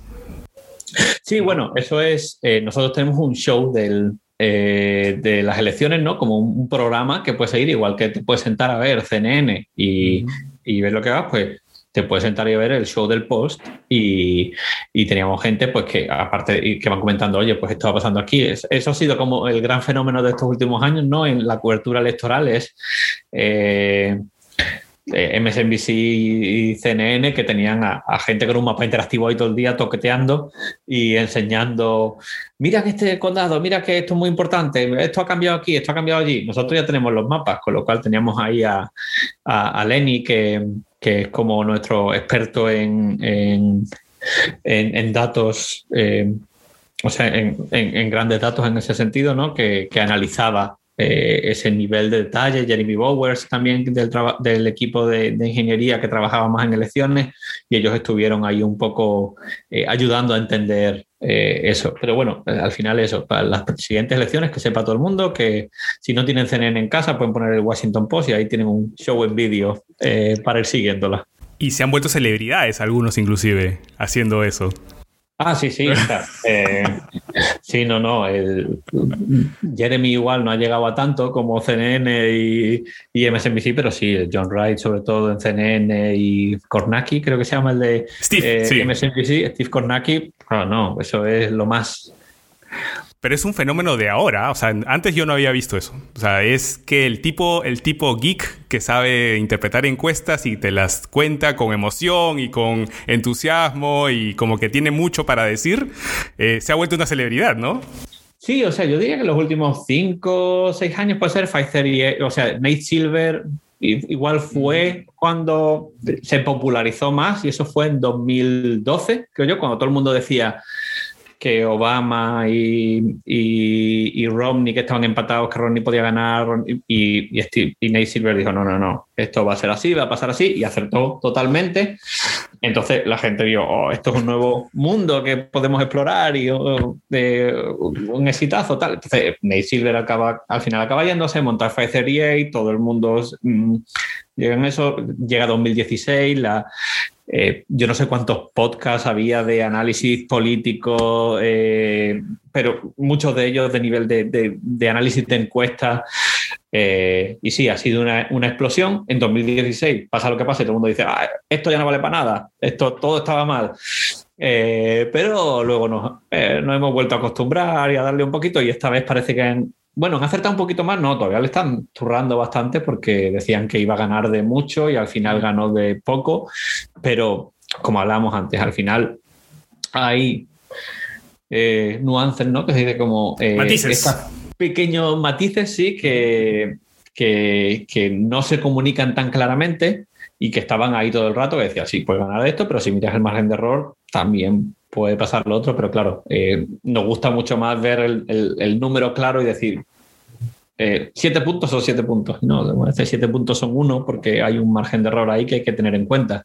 Sí, bueno, eso es... Eh, nosotros tenemos un show del... Eh, de las elecciones, ¿no? Como un, un programa que puedes seguir, igual que te puedes sentar a ver C N N y, uh-huh. y ver lo que vas, pues te puedes sentar y ver el show del Post y, y teníamos gente pues que aparte que van comentando, oye, pues esto va pasando aquí. Es, eso ha sido como el gran fenómeno de estos últimos años, ¿no? En la cobertura electoral es eh, eh, M S N B C y C N N que tenían a, a gente con un mapa interactivo ahí todo el día toqueteando y enseñando, mira que este condado, mira que esto es muy importante, esto ha cambiado aquí, esto ha cambiado allí. Nosotros ya tenemos los mapas, con lo cual teníamos ahí a, a, a Lenny, que, que es como nuestro experto en, en, en, en datos, eh, o sea, en, en, en grandes datos en ese sentido, ¿no? Que, que analizaba eh, ese nivel de detalle. Jeremy Bowers también del, del equipo de, de ingeniería que trabajaba más en elecciones, y ellos estuvieron ahí un poco eh, ayudando a entender eh, eso. Pero bueno, al final eso, para las siguientes elecciones que sepa todo el mundo que si no tienen C N N en casa pueden poner el Washington Post y ahí tienen un show en vídeo eh, para ir siguiéndola. Y se han vuelto celebridades algunos inclusive haciendo eso. Ah, sí, sí. O sea, eh, sí, no, no. El, Jeremy igual no ha llegado a tanto como C N N y, y M S N B C, pero sí, John Wright, sobre todo en C N N, y Kornacki, creo que se llama el de Steve, eh, sí. M S N B C, Steve Kornacki. No, no, eso es lo más. Pero es un fenómeno de ahora, o sea, antes yo no había visto eso. O sea, es que el tipo, el tipo geek que sabe interpretar encuestas y te las cuenta con emoción y con entusiasmo y como que tiene mucho para decir, eh, se ha vuelto una celebridad, ¿no? Sí, o sea, yo diría que en los últimos cinco o seis años puede ser five thirty-eight, o sea, Nate Silver igual fue cuando se popularizó más, y eso fue en dos mil doce, creo yo, cuando todo el mundo decía que Obama y, y, y Romney, que estaban empatados, que Romney podía ganar, y, y, Steve, y Nate Silver dijo, no, no, no, esto va a ser así, va a pasar así, y acertó totalmente. Entonces la gente vio, oh, esto es un nuevo mundo que podemos explorar y oh, de, un exitazo, tal. Entonces Nate Silver acaba, al final acaba yéndose, montar five thirty-eight, todo el mundo mmm, llega en eso, llega dos mil dieciséis, la... Eh, yo no sé cuántos podcasts había de análisis político, eh, pero muchos de ellos de nivel de, de, de análisis de encuestas. Eh, y sí, ha sido una, una explosión. En dos mil dieciséis pasa lo que pasa y todo el mundo dice, ah, esto ya no vale para nada, esto todo estaba mal. Eh, pero luego nos, eh, nos hemos vuelto a acostumbrar y a darle un poquito, y esta vez parece que han, bueno, han acertado un poquito más, no, todavía le están zurrando bastante porque decían que iba a ganar de mucho y al final ganó de poco, pero como hablábamos antes, al final hay eh, nuances, ¿no? Que se dice como... Eh, matices. Pequeños matices, sí, que, que, que no se comunican tan claramente y que estaban ahí todo el rato, que decía, sí, puedes ganar esto, pero si miras el margen de error, también puede pasar lo otro, pero claro, eh, nos gusta mucho más ver el, el, el número claro y decir, eh, siete puntos son siete puntos. No, bueno, este siete puntos son uno porque hay un margen de error ahí que hay que tener en cuenta.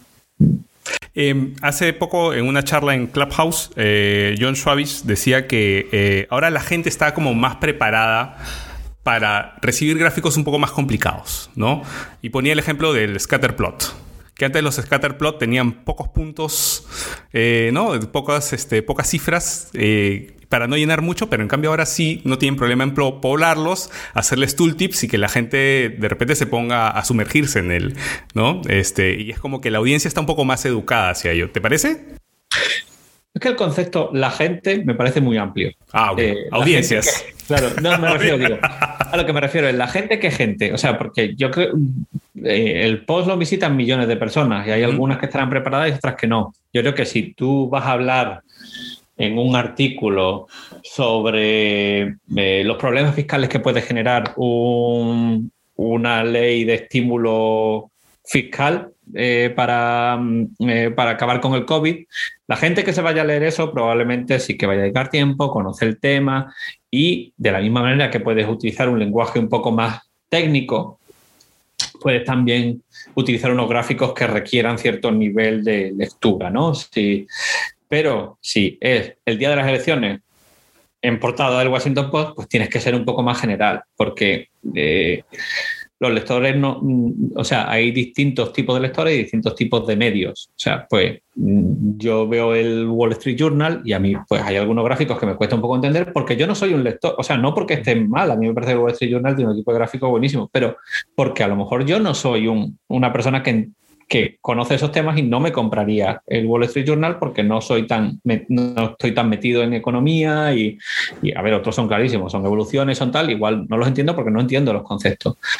Eh, hace poco, en una charla en Clubhouse, eh, John Schwabis decía que eh, ahora la gente está como más preparada para recibir gráficos un poco más complicados, ¿no? Y ponía el ejemplo del scatterplot, que antes los scatterplot tenían pocos puntos, eh, ¿no? Pocas, este, pocas cifras eh, para no llenar mucho, pero en cambio ahora sí no tienen problema en poblarlos, hacerles tooltips y que la gente de repente se ponga a sumergirse en él, ¿no? Este, y es como que la audiencia está un poco más educada hacia ello. ¿Te parece? Es que el concepto la gente me parece muy amplio. Ah, okay. eh, audiencias. Que, claro, no me refiero, digo, a lo que me refiero es la gente que gente. O sea, porque yo creo eh, el post lo visitan millones de personas y hay algunas que estarán preparadas y otras que no. Yo creo que si tú vas a hablar en un artículo sobre eh, los problemas fiscales que puede generar un, una ley de estímulo fiscal eh, para, eh, para acabar con el COVID, la gente que se vaya a leer eso probablemente sí que vaya a dedicar tiempo, conocer el tema, y de la misma manera que puedes utilizar un lenguaje un poco más técnico, puedes también utilizar unos gráficos que requieran cierto nivel de lectura, ¿no? Si, pero si es el día de las elecciones en portada del Washington Post, pues tienes que ser un poco más general, porque eh, los lectores no, o sea, hay distintos tipos de lectores y distintos tipos de medios. O sea, pues yo veo el Wall Street Journal y a mí pues hay algunos gráficos que me cuesta un poco entender porque yo no soy un lector, o sea, no porque estén mal, a mí me parece que el Wall Street Journal tiene un equipo de gráficos buenísimo, pero porque a lo mejor yo no soy un, una persona que, que conoce esos temas y no me compraría el Wall Street Journal porque no soy tan no estoy tan metido en economía y, y a ver, otros son clarísimos, son evoluciones, son tal, igual no los entiendo porque no entiendo los conceptos.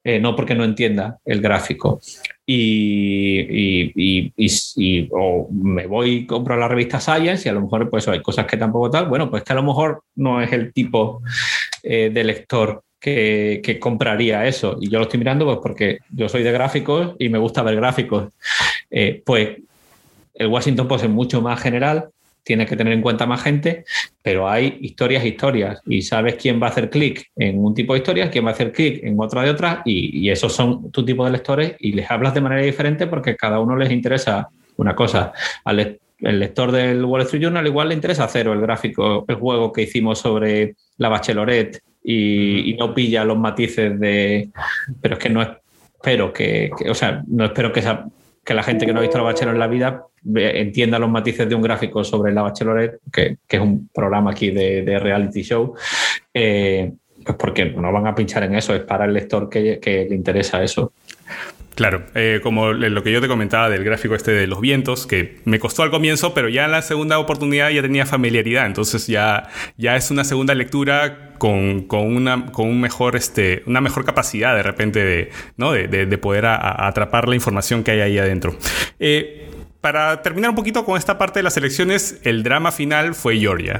eh, no porque no entienda el gráfico. Y, y, y, y, y o me voy y compro la revista Science y a lo mejor pues hay cosas que tampoco tal. Bueno, pues que a lo mejor no es el tipo eh, de lector que, que compraría eso. Y yo lo estoy mirando pues porque yo soy de gráficos y me gusta ver gráficos. Eh, pues el Washington Post es mucho más general, tienes que tener en cuenta más gente, pero hay historias, historias, y sabes quién va a hacer clic en un tipo de historias, quién va a hacer clic en otra de otras, y, y esos son tu tipo de lectores, y les hablas de manera diferente porque cada uno les interesa una cosa. Al le- el lector del Wall Street Journal igual le interesa cero el gráfico, el juego que hicimos sobre la Bachelorette, y, y no pilla los matices de... Pero es que no espero que... que o sea, no espero que esa... que la gente que no ha visto La Bachelor en la vida entienda los matices de un gráfico sobre La Bachelorette, que, que es un programa aquí de, de reality show, eh, pues porque no van a pinchar en eso, es para el lector que, que le interesa eso. Claro, eh, como lo que yo te comentaba del gráfico este de los vientos, que me costó al comienzo, pero ya en la segunda oportunidad ya tenía familiaridad, entonces ya, ya es una segunda lectura con, con, una, con un mejor, este, una mejor capacidad de repente de, ¿no? de, de, de poder a, a atrapar la información que hay ahí adentro. Eh, para terminar un poquito con esta parte de las elecciones, el drama final fue Georgia.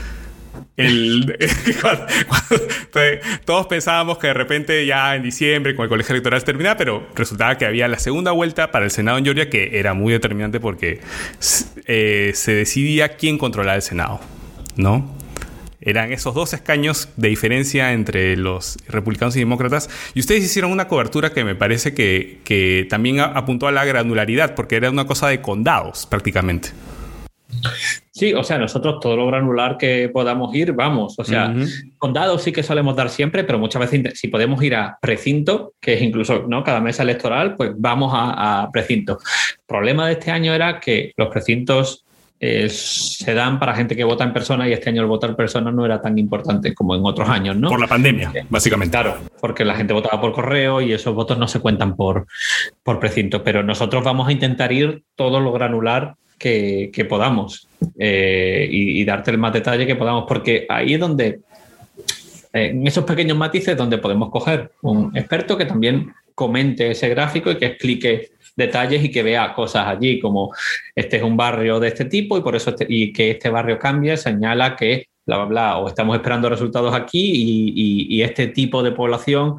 El, cuando, cuando, todos pensábamos que de repente ya en diciembre con el colegio electoral se terminaba, pero resultaba que había la segunda vuelta para el Senado en Georgia, que era muy determinante porque eh, se decidía quién controlaba el Senado, ¿no? Eran esos dos escaños de diferencia entre los republicanos y demócratas, y ustedes hicieron una cobertura que me parece que, que también apuntó a la granularidad, porque era una cosa de condados prácticamente. Sí, o sea, nosotros todo lo granular que podamos ir, vamos. O sea, uh-huh. Condados sí que solemos dar siempre, pero muchas veces si podemos ir a precinto, que es incluso, ¿no?, cada mesa electoral, pues vamos a, a precinto. El problema de este año era que los precintos eh, se dan para gente que vota en persona, y este año el votar en persona no era tan importante como en otros años, ¿no? Por la pandemia, básicamente. Claro, porque la gente votaba por correo y esos votos no se cuentan por, por precinto. Pero nosotros vamos a intentar ir todo lo granular Que, que podamos eh, y, y darte el más detalle que podamos, porque ahí es donde, eh, en esos pequeños matices, donde podemos coger un experto que también comente ese gráfico y que explique detalles y que vea cosas allí, como este es un barrio de este tipo y por eso este, y que este barrio cambia, señala que bla, bla, bla, o estamos esperando resultados aquí y, y, y este tipo de población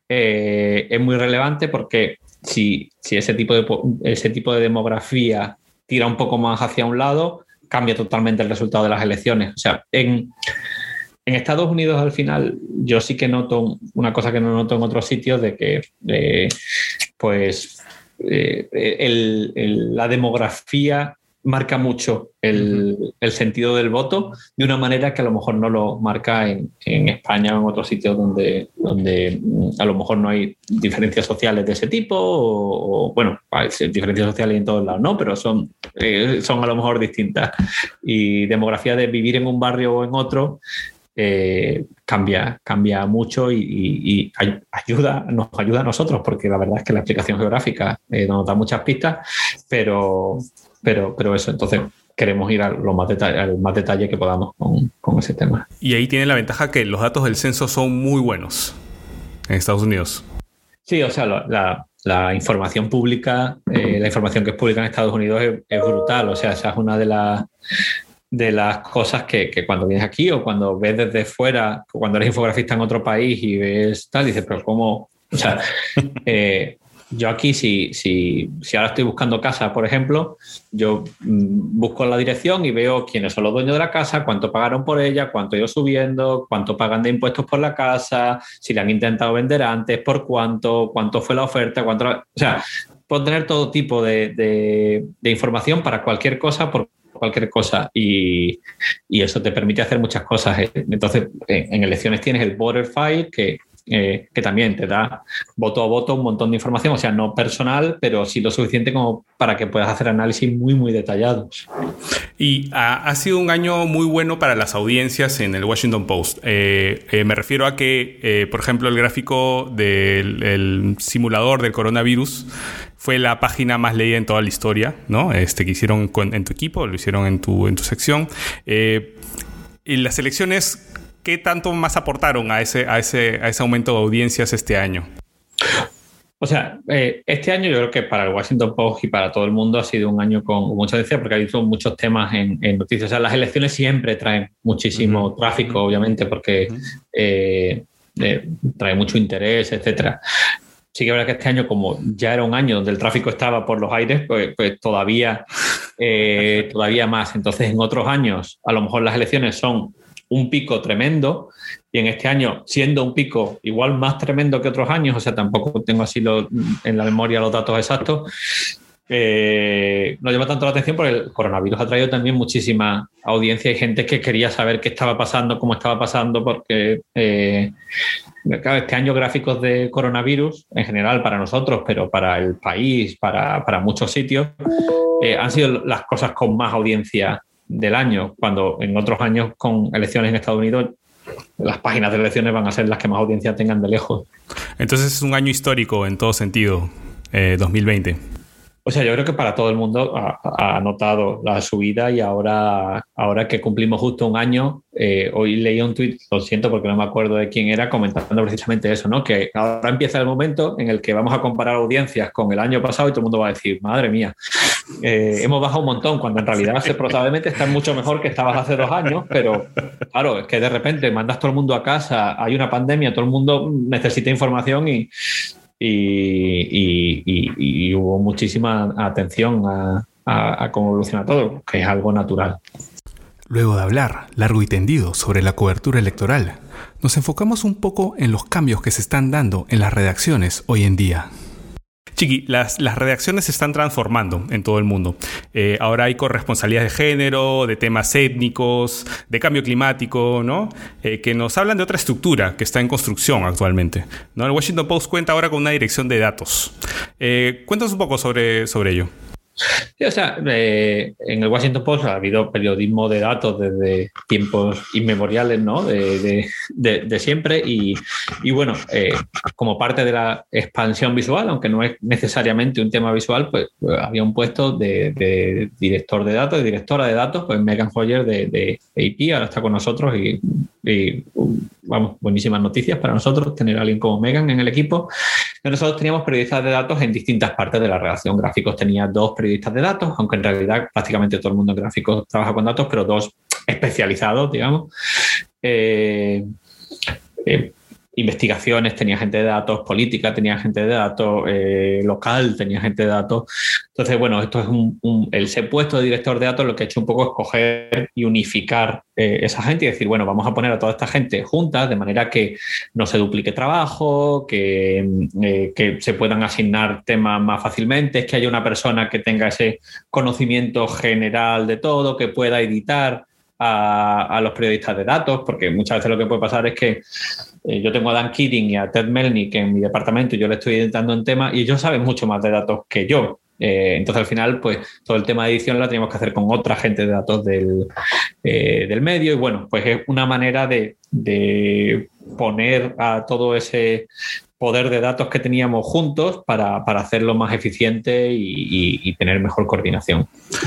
eh, es muy relevante porque si, si ese tipo de, ese tipo de demografía tira un poco más hacia un lado, cambia totalmente el resultado de las elecciones. O sea, en, en Estados Unidos al final yo sí que noto una cosa que no noto en otros sitios, de que eh, pues eh, el, el, la demografía marca mucho el, uh-huh. el sentido del voto de una manera que a lo mejor no lo marca en, en España o en otros sitios donde, donde a lo mejor no hay diferencias sociales de ese tipo o, o bueno, hay diferencias sociales en todos lados, ¿no? Pero son, eh, son a lo mejor distintas. Y demografía de vivir en un barrio o en otro eh, cambia, cambia mucho y, y, y ayuda, nos ayuda a nosotros, porque la verdad es que la explicación geográfica eh, nos da muchas pistas, pero Pero, pero eso, entonces queremos ir a lo más detalle, al más detalle que podamos con, con ese tema. Y ahí tiene la ventaja que los datos del censo son muy buenos en Estados Unidos. Sí, o sea, la, la, la información pública, eh, la información que es pública en Estados Unidos es, es brutal. O sea, esa es una de las de las cosas que, que cuando vienes aquí o cuando ves desde fuera, cuando eres infografista en otro país y ves tal, dices, pero ¿cómo? O sea, eh, yo aquí, si, si, si ahora estoy buscando casa, por ejemplo, yo mmm, busco la dirección y veo quiénes son los dueños de la casa, cuánto pagaron por ella, cuánto ha ido subiendo, cuánto pagan de impuestos por la casa, si la han intentado vender antes, por cuánto, cuánto fue la oferta, cuánto... O sea, puedo tener todo tipo de, de, de información para cualquier cosa, por cualquier cosa, y, y eso te permite hacer muchas cosas. Entonces, en elecciones tienes el voter file, que... Eh, que también te da voto a voto un montón de información, o sea, no personal, pero sí lo suficiente como para que puedas hacer análisis muy, muy detallados. Y ha, ha sido un año muy bueno para las audiencias en el Washington Post. Eh, eh, me refiero a que, eh, por ejemplo, el gráfico del el simulador del coronavirus fue la página más leída en toda la historia, ¿no? Este que hicieron con, en tu equipo, lo hicieron en tu, en tu sección. Eh, y las elecciones, ¿qué tanto más aportaron a ese, a ese, a ese aumento de audiencias este año? O sea, eh, este año yo creo que para el Washington Post y para todo el mundo ha sido un año con mucha audiencia porque ha habido muchos temas en, en noticias. O sea, las elecciones siempre traen muchísimo uh-huh. tráfico, obviamente, porque uh-huh. eh, eh, trae mucho interés, etcétera. Sí que es verdad que este año, como ya era un año donde el tráfico estaba por los aires, pues, pues todavía, eh, todavía más. Entonces, en otros años, a lo mejor las elecciones son un pico tremendo, y en este año, siendo un pico igual más tremendo que otros años, o sea, tampoco tengo así lo, en la memoria los datos exactos, eh, no llama tanto la atención porque el coronavirus ha traído también muchísima audiencia y gente que quería saber qué estaba pasando, cómo estaba pasando, porque eh, claro, este año gráficos de coronavirus, en general para nosotros, pero para el país, para, para muchos sitios, eh, han sido las cosas con más audiencia del año, cuando en otros años con elecciones en Estados Unidos las páginas de elecciones van a ser las que más audiencia tengan de lejos. Entonces es un año histórico en todo sentido, eh, dos mil veinte. O sea, yo creo que para todo el mundo ha, ha notado la subida y ahora, ahora que cumplimos justo un año, eh, hoy leí un tuit, lo siento porque no me acuerdo de quién era, comentando precisamente eso, ¿no? Que ahora empieza el momento en el que vamos a comparar audiencias con el año pasado y todo el mundo va a decir, madre mía, eh, hemos bajado un montón, cuando en realidad se, probablemente está mucho mejor que estabas hace dos años, pero claro, es que de repente mandas todo el mundo a casa, hay una pandemia, todo el mundo necesita información y... Y, y, y, y hubo muchísima atención a, a, a cómo evoluciona todo, que es algo natural. Luego de hablar largo y tendido sobre la cobertura electoral, nos enfocamos un poco en los cambios que se están dando en las redacciones hoy en día. Chiqui, las, las redacciones se están transformando en todo el mundo. Eh, ahora hay corresponsabilidades de género, de temas étnicos, de cambio climático, ¿no? Eh, que nos hablan de otra estructura que está en construcción actualmente, ¿no? El Washington Post cuenta ahora con una dirección de datos. Eh, cuéntanos un poco sobre, sobre ello. Sí, o sea, eh, en el Washington Post ha habido periodismo de datos desde tiempos inmemoriales, ¿no? De, de, de, de siempre y, y bueno, eh, como parte de la expansión visual, aunque no es necesariamente un tema visual, pues, pues había un puesto de, de director de datos, de directora de datos, pues Megan Hoyer de, de A P, ahora está con nosotros y, y vamos, buenísimas noticias para nosotros tener a alguien como Megan en el equipo. Nosotros teníamos periodistas de datos en distintas partes de la redacción. Gráficos tenía dos periodistas de datos, aunque en realidad prácticamente todo el mundo en gráficos trabaja con datos, pero dos especializados, digamos. Eh, eh, investigaciones, tenía gente de datos, política, tenía gente de datos, eh, local, tenía gente de datos. Entonces, bueno, esto es un, un, el ser puesto de director de datos lo que ha hecho un poco es coger y unificar eh, esa gente y decir, bueno, vamos a poner a toda esta gente juntas de manera que no se duplique trabajo, que, eh, que se puedan asignar temas más fácilmente, que haya una persona que tenga ese conocimiento general de todo, que pueda editar a, a los periodistas de datos, porque muchas veces lo que puede pasar es que eh, yo tengo a Dan Keating y a Ted Melnick en mi departamento y yo le estoy editando un tema y ellos saben mucho más de datos que yo. Eh, entonces, al final, pues todo el tema de edición lo teníamos que hacer con otra gente de datos del, eh, del medio y bueno, pues es una manera de, de poner a todo ese poder de datos que teníamos juntos para, para hacerlo más eficiente y, y, y tener mejor coordinación.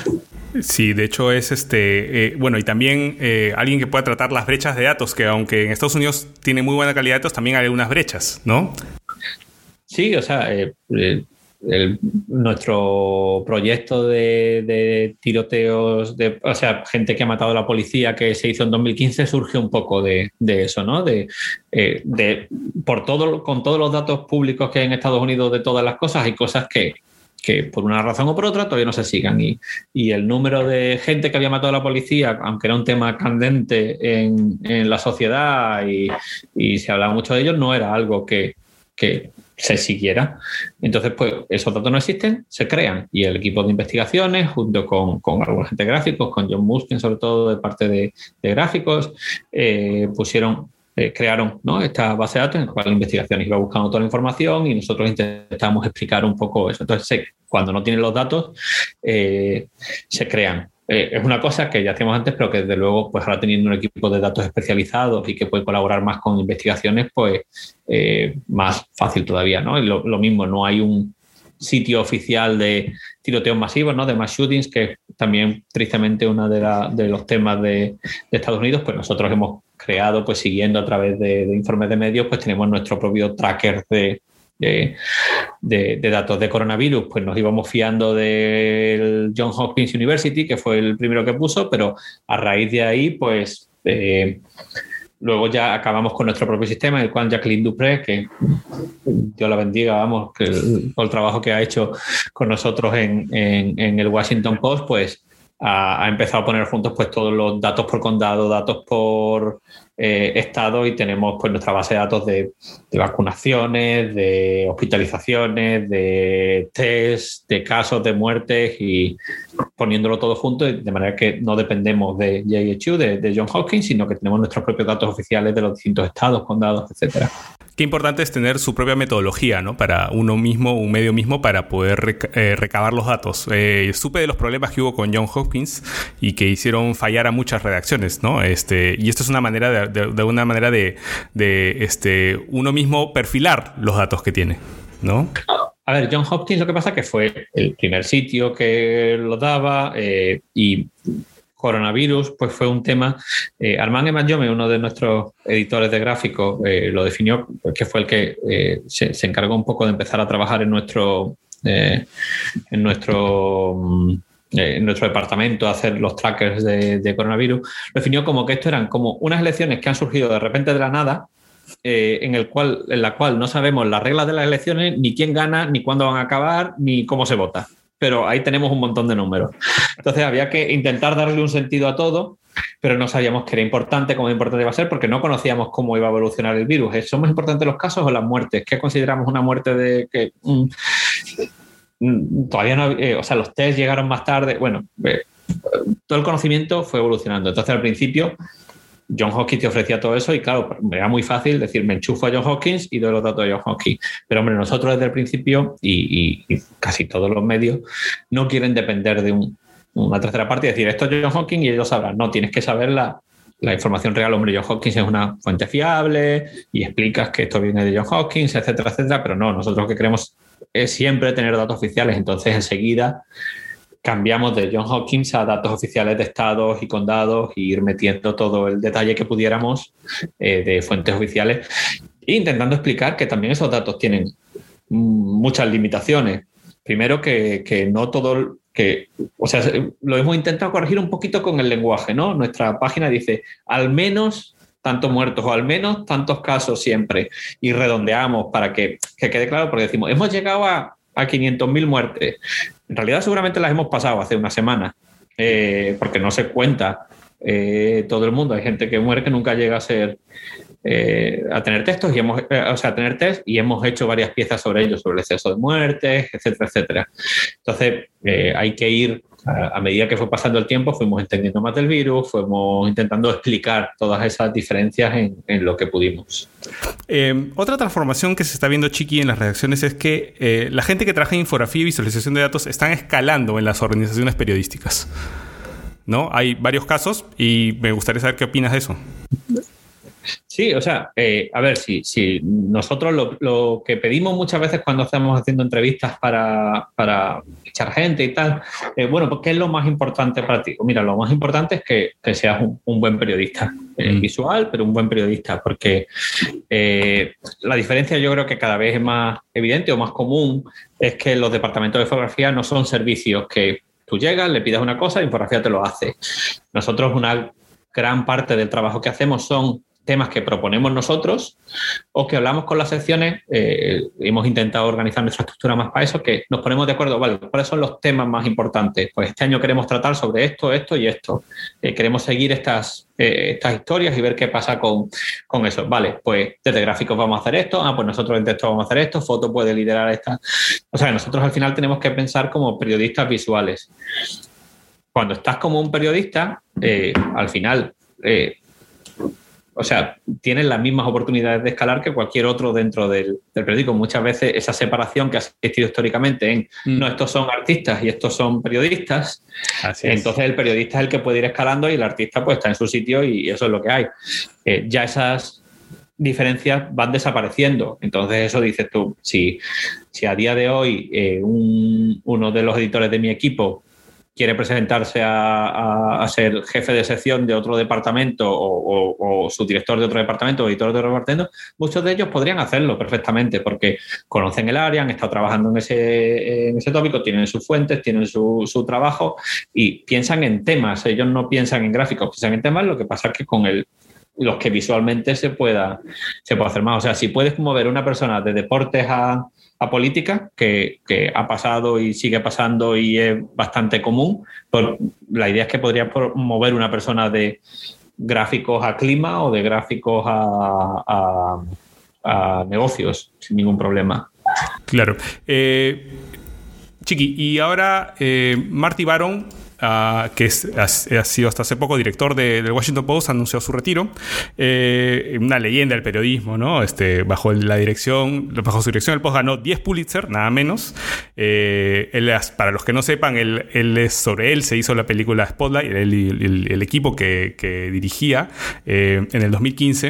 Sí, de hecho es este, eh, bueno, y también eh, alguien que pueda tratar las brechas de datos, que aunque en Estados Unidos tiene muy buena calidad de datos, también hay algunas brechas, ¿no? Sí, o sea, eh, eh, el, nuestro proyecto de, de tiroteos, de, o sea, gente que ha matado a la policía que se hizo en dos mil quince surge un poco de, de eso, ¿no? De, eh, de por todo, con todos los datos públicos que hay en Estados Unidos de todas las cosas, hay cosas que que por una razón o por otra todavía no se sigan. Y, y el número de gente que había matado a la policía, aunque era un tema candente en, en la sociedad y, y se hablaba mucho de ellos, no era algo que, que se siguiera. Entonces, pues esos datos no existen, se crean. Y el equipo de investigaciones, junto con, con alguna gente de gráficos, con John Muskin sobre todo de parte de, de gráficos, eh, pusieron... Eh, crearon, ¿no?, esta base de datos en la cual la investigación iba buscando toda la información y nosotros intentamos explicar un poco eso. Entonces, sí, cuando no tienen los datos, eh, se crean. Eh, es una cosa que ya hacíamos antes, pero que desde luego, pues ahora teniendo un equipo de datos especializados y que puede colaborar más con investigaciones, pues eh, más fácil todavía, ¿no? Y lo, lo mismo, no hay un sitio oficial de tiroteos masivos, ¿no?, de mass shootings, que es también tristemente uno de, la, de los temas de, de Estados Unidos, pues nosotros hemos creado, pues siguiendo a través de, de informes de medios, pues tenemos nuestro propio tracker de, de, de, de datos de coronavirus, pues nos íbamos fiando del Johns Hopkins University, que fue el primero que puso, pero a raíz de ahí, pues eh, luego ya acabamos con nuestro propio sistema, en el cual Jacqueline Dupré, que Dios la bendiga, vamos, que el, por el trabajo que ha hecho con nosotros en, en, en el Washington Post, pues ha, ha empezado a poner juntos pues todos los datos por condado, datos por eh, estado, y tenemos pues nuestra base de datos de, de vacunaciones, de hospitalizaciones, de test, de casos, de muertes, y poniéndolo todo junto, de manera que no dependemos de J H U, de, de Johns Hopkins, sino que tenemos nuestros propios datos oficiales de los distintos estados, condados, etcétera. Qué importante es tener su propia metodología, ¿no? Para uno mismo, un medio mismo, para poder reca- eh, recabar los datos. Eh, supe de los problemas que hubo con Johns Hopkins y que hicieron fallar a muchas redacciones, ¿no? Este, y esto es una manera de, de, de una manera de, de este, uno mismo perfilar los datos que tiene, ¿no? A ver, Johns Hopkins lo que pasa es que fue el primer sitio que lo daba, eh, y coronavirus pues fue un tema. Eh, Armand Emanciome, uno de nuestros editores de gráficos, eh, lo definió, que fue el que eh, se, se encargó un poco de empezar a trabajar en nuestro, eh, en nuestro, eh, en nuestro departamento, a hacer los trackers de, de coronavirus. Lo definió como que esto eran como unas elecciones que han surgido de repente de la nada, Eh, en, el cual, en la cual no sabemos las reglas de las elecciones, ni quién gana, ni cuándo van a acabar, ni cómo se vota. Pero ahí tenemos un montón de números. Entonces había que intentar darle un sentido a todo, pero no sabíamos qué era importante, cómo importante iba a ser, porque no conocíamos cómo iba a evolucionar el virus. ¿Son más importantes los casos o las muertes? ¿Qué consideramos una muerte de que mm, mm, todavía no? Eh, o sea, los test llegaron más tarde. Bueno, eh, todo el conocimiento fue evolucionando. Entonces, al principio, Johns Hopkins te ofrecía todo eso y, claro, era muy fácil decir, me enchufo a Johns Hopkins y doy los datos de Johns Hopkins. Pero, hombre, nosotros desde el principio, y, y, y casi todos los medios, no quieren depender de un, una tercera parte y decir, esto es Johns Hopkins y ellos sabrán. No, tienes que saber la, la información real. Hombre, Johns Hopkins es una fuente fiable y explicas que esto viene de Johns Hopkins, etcétera, etcétera. Pero no, nosotros lo que queremos es siempre tener datos oficiales. Entonces, enseguida cambiamos de Johns Hopkins a datos oficiales de estados y condados, e ir metiendo todo el detalle que pudiéramos eh, de fuentes oficiales, e intentando explicar que también esos datos tienen muchas limitaciones. Primero, que, que no todo... que, o sea, lo hemos intentado corregir un poquito con el lenguaje, ¿no? Nuestra página dice, al menos tantos muertos o al menos tantos casos siempre, y redondeamos para que, que quede claro, porque decimos, hemos llegado a a quinientas mil muertes. En realidad seguramente las hemos pasado hace una semana, eh, porque no se cuenta eh, todo el mundo. Hay gente que muere que nunca llega a ser eh, a tener textos y hemos, eh, o sea, a tener test, y hemos hecho varias piezas sobre ello, sobre el exceso de muertes, etcétera, etcétera. Entonces eh, hay que ir, a, a medida que fue pasando el tiempo, fuimos entendiendo más del virus, fuimos intentando explicar todas esas diferencias en, en lo que pudimos. Eh, otra transformación que se está viendo, Chiqui, en las redacciones es que eh, la gente que trabaja en infografía y visualización de datos están escalando en las organizaciones periodísticas, ¿no? Hay varios casos y me gustaría saber qué opinas de eso. Sí, o sea, eh, a ver, si, si nosotros lo, lo que pedimos muchas veces cuando estamos haciendo entrevistas para, para echar gente y tal, eh, bueno, pues ¿qué es lo más importante para ti? Pues mira, lo más importante es que, que seas un, un buen periodista, eh, mm. visual, pero un buen periodista, porque eh, la diferencia yo creo que cada vez es más evidente o más común, es que los departamentos de infografía no son servicios que tú llegas, le pidas una cosa y infografía te lo hace. Nosotros una gran parte del trabajo que hacemos son temas que proponemos nosotros o que hablamos con las secciones. Eh, hemos intentado organizar nuestra estructura más para eso, que nos ponemos de acuerdo, vale, ¿cuáles son los temas más importantes? Pues este año queremos tratar sobre esto, esto y esto. Eh, queremos seguir estas, eh, estas historias y ver qué pasa con, con eso. Vale, pues desde gráficos vamos a hacer esto, ah, pues nosotros en texto vamos a hacer esto, foto puede liderar esta. O sea, nosotros al final tenemos que pensar como periodistas visuales. Cuando estás como un periodista, eh, al final... Eh, O sea, tienen las mismas oportunidades de escalar que cualquier otro dentro del, del periódico. Muchas veces esa separación que ha existido históricamente en mm. no, estos son artistas y estos son periodistas. Así es. Entonces el periodista es el que puede ir escalando y el artista pues está en su sitio y eso es lo que hay. Eh, ya esas diferencias van desapareciendo. Entonces eso dices tú, si, si a día de hoy eh, un, uno de los editores de mi equipo quiere presentarse a, a, a ser jefe de sección de otro departamento o, o, o subdirector de otro departamento o editor de otro departamento, muchos de ellos podrían hacerlo perfectamente porque conocen el área, han estado trabajando en ese, en ese tópico, tienen sus fuentes, tienen su, su trabajo y piensan en temas. Ellos no piensan en gráficos, piensan en temas. Lo que pasa es que con el los que visualmente se pueda, se pueda hacer más. O sea, si puedes mover una persona de deportes a, a política, que, que ha pasado y sigue pasando y es bastante común, pues la idea es que podrías mover una persona de gráficos a clima o de gráficos a, a, a negocios sin ningún problema. Claro. Eh, Chiqui, y ahora eh, Marty Baron, Uh, que es, ha, ha sido hasta hace poco director de, del Washington Post, anunció su retiro. Eh, una leyenda del periodismo, ¿no? Este, bajo la dirección, bajo su dirección, el Post ganó diez Pulitzer, nada menos. Eh, él, para los que no sepan, él, él es, sobre él se hizo la película Spotlight, el, el, el equipo que, que dirigía eh, en el dos mil quince.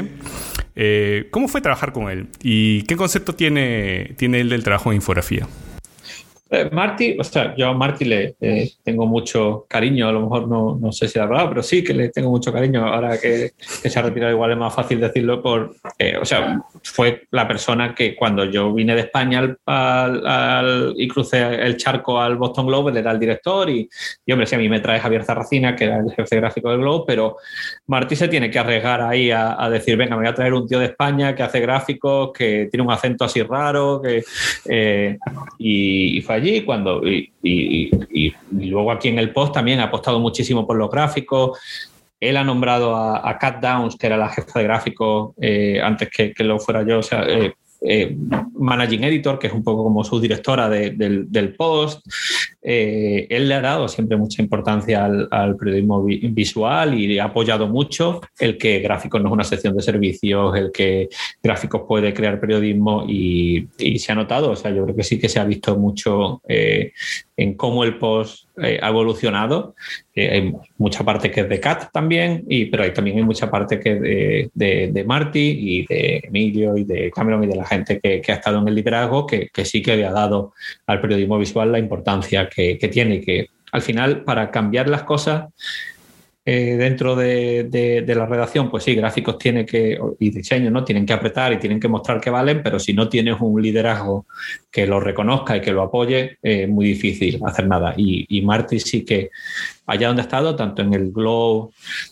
Eh, ¿Cómo fue trabajar con él? ¿Y qué concepto tiene, tiene él del trabajo en infografía? Eh, Marty, o sea, yo a Marty le eh, tengo mucho cariño, a lo mejor no, no sé si la verdad, pero sí que le tengo mucho cariño. Ahora que, que se ha retirado, igual es más fácil decirlo. Por, eh, o sea, fue la persona que cuando yo vine de España al, al, al, y crucé el charco al Boston Globe, él era el director y, y hombre, sí, a mí me trae Javier Zarracina, que era el jefe gráfico del Globe, pero Marty se tiene que arriesgar ahí a, a decir, venga, me voy a traer un tío de España que hace gráficos, que tiene un acento así raro, que eh, y, y fue allí cuando y, y, y, y luego aquí en el Post también ha apostado muchísimo por los gráficos. Él ha nombrado a, a Kat Downs, que era la jefa de gráficos eh, antes que, que lo fuera yo, o sea, eh, eh, managing editor, que es un poco como su directora de, del, del Post. Eh, él le ha dado siempre mucha importancia al, al periodismo vi, visual y ha apoyado mucho el que Gráficos no es una sección de servicios, el que Gráficos puede crear periodismo y, y se ha notado. O sea, yo creo que sí que se ha visto mucho eh, en cómo el Post eh, ha evolucionado. Eh, hay mucha parte que es de Kat también, y, pero hay también hay mucha parte que es de, de, de Marty y de Emilio y de Cameron y de la gente que, que ha estado en el liderazgo, que, que sí que le ha dado al periodismo visual la importancia que, que tiene, y que al final para cambiar las cosas eh, dentro de, de, de la redacción, pues sí, Gráficos tiene que, y diseño, ¿no? Tienen que apretar y tienen que mostrar que valen, pero si no tienes un liderazgo que lo reconozca y que lo apoye, es eh, muy difícil hacer nada. Y, y Marty sí que allá donde ha estado, tanto en el Globe,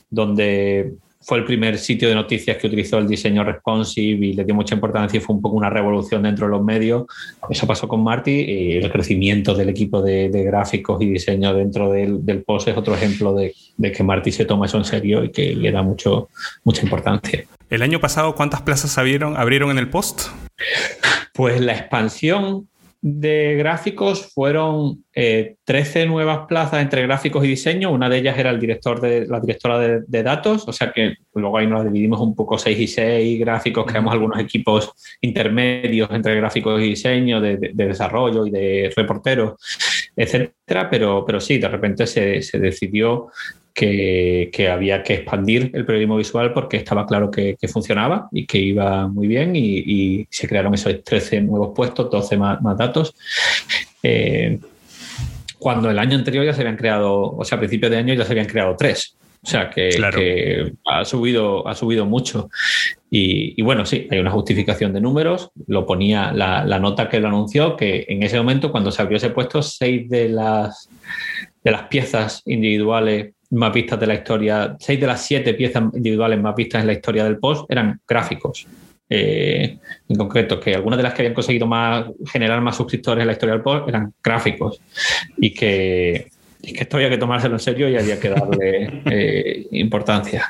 donde fue el primer sitio de noticias que utilizó el diseño responsive y le dio mucha importancia y fue un poco una revolución dentro de los medios. Eso pasó con Marty, y el crecimiento del equipo de, de gráficos y diseño dentro del, del Post es otro ejemplo de, de que Marty se toma eso en serio y que le da mucho, mucha importancia. ¿El año pasado cuántas plazas abrieron, abrieron en el Post? Pues la expansión de Gráficos fueron eh, trece nuevas plazas entre gráficos y diseño. Una de ellas era el director de, la directora de, de datos, o sea que luego ahí nos dividimos un poco seis y seis gráficos, creamos algunos equipos intermedios entre gráficos y diseño, de, de, de desarrollo y de reporteros, etcétera, pero, pero sí, de repente se, se decidió Que, que había que expandir el periodismo visual porque estaba claro que, que funcionaba y que iba muy bien, y, y se crearon esos trece nuevos puestos, doce más, más datos. Eh, cuando el año anterior ya se habían creado, o sea, a principios de año ya se habían creado tres. O sea, que, claro, que ha subido, ha subido mucho. Y, y bueno, sí, hay una justificación de números. Lo ponía la, la nota que lo anunció, que en ese momento, cuando se abrió ese puesto, seis de las, de las piezas individuales más vistas de la historia, seis de las siete piezas individuales más vistas en la historia del Post eran gráficos. Eh, en concreto, que algunas de las que habían conseguido más, generar más suscriptores en la historia del Post eran gráficos. Y que, y que esto había que tomárselo en serio y había que darle eh, importancia.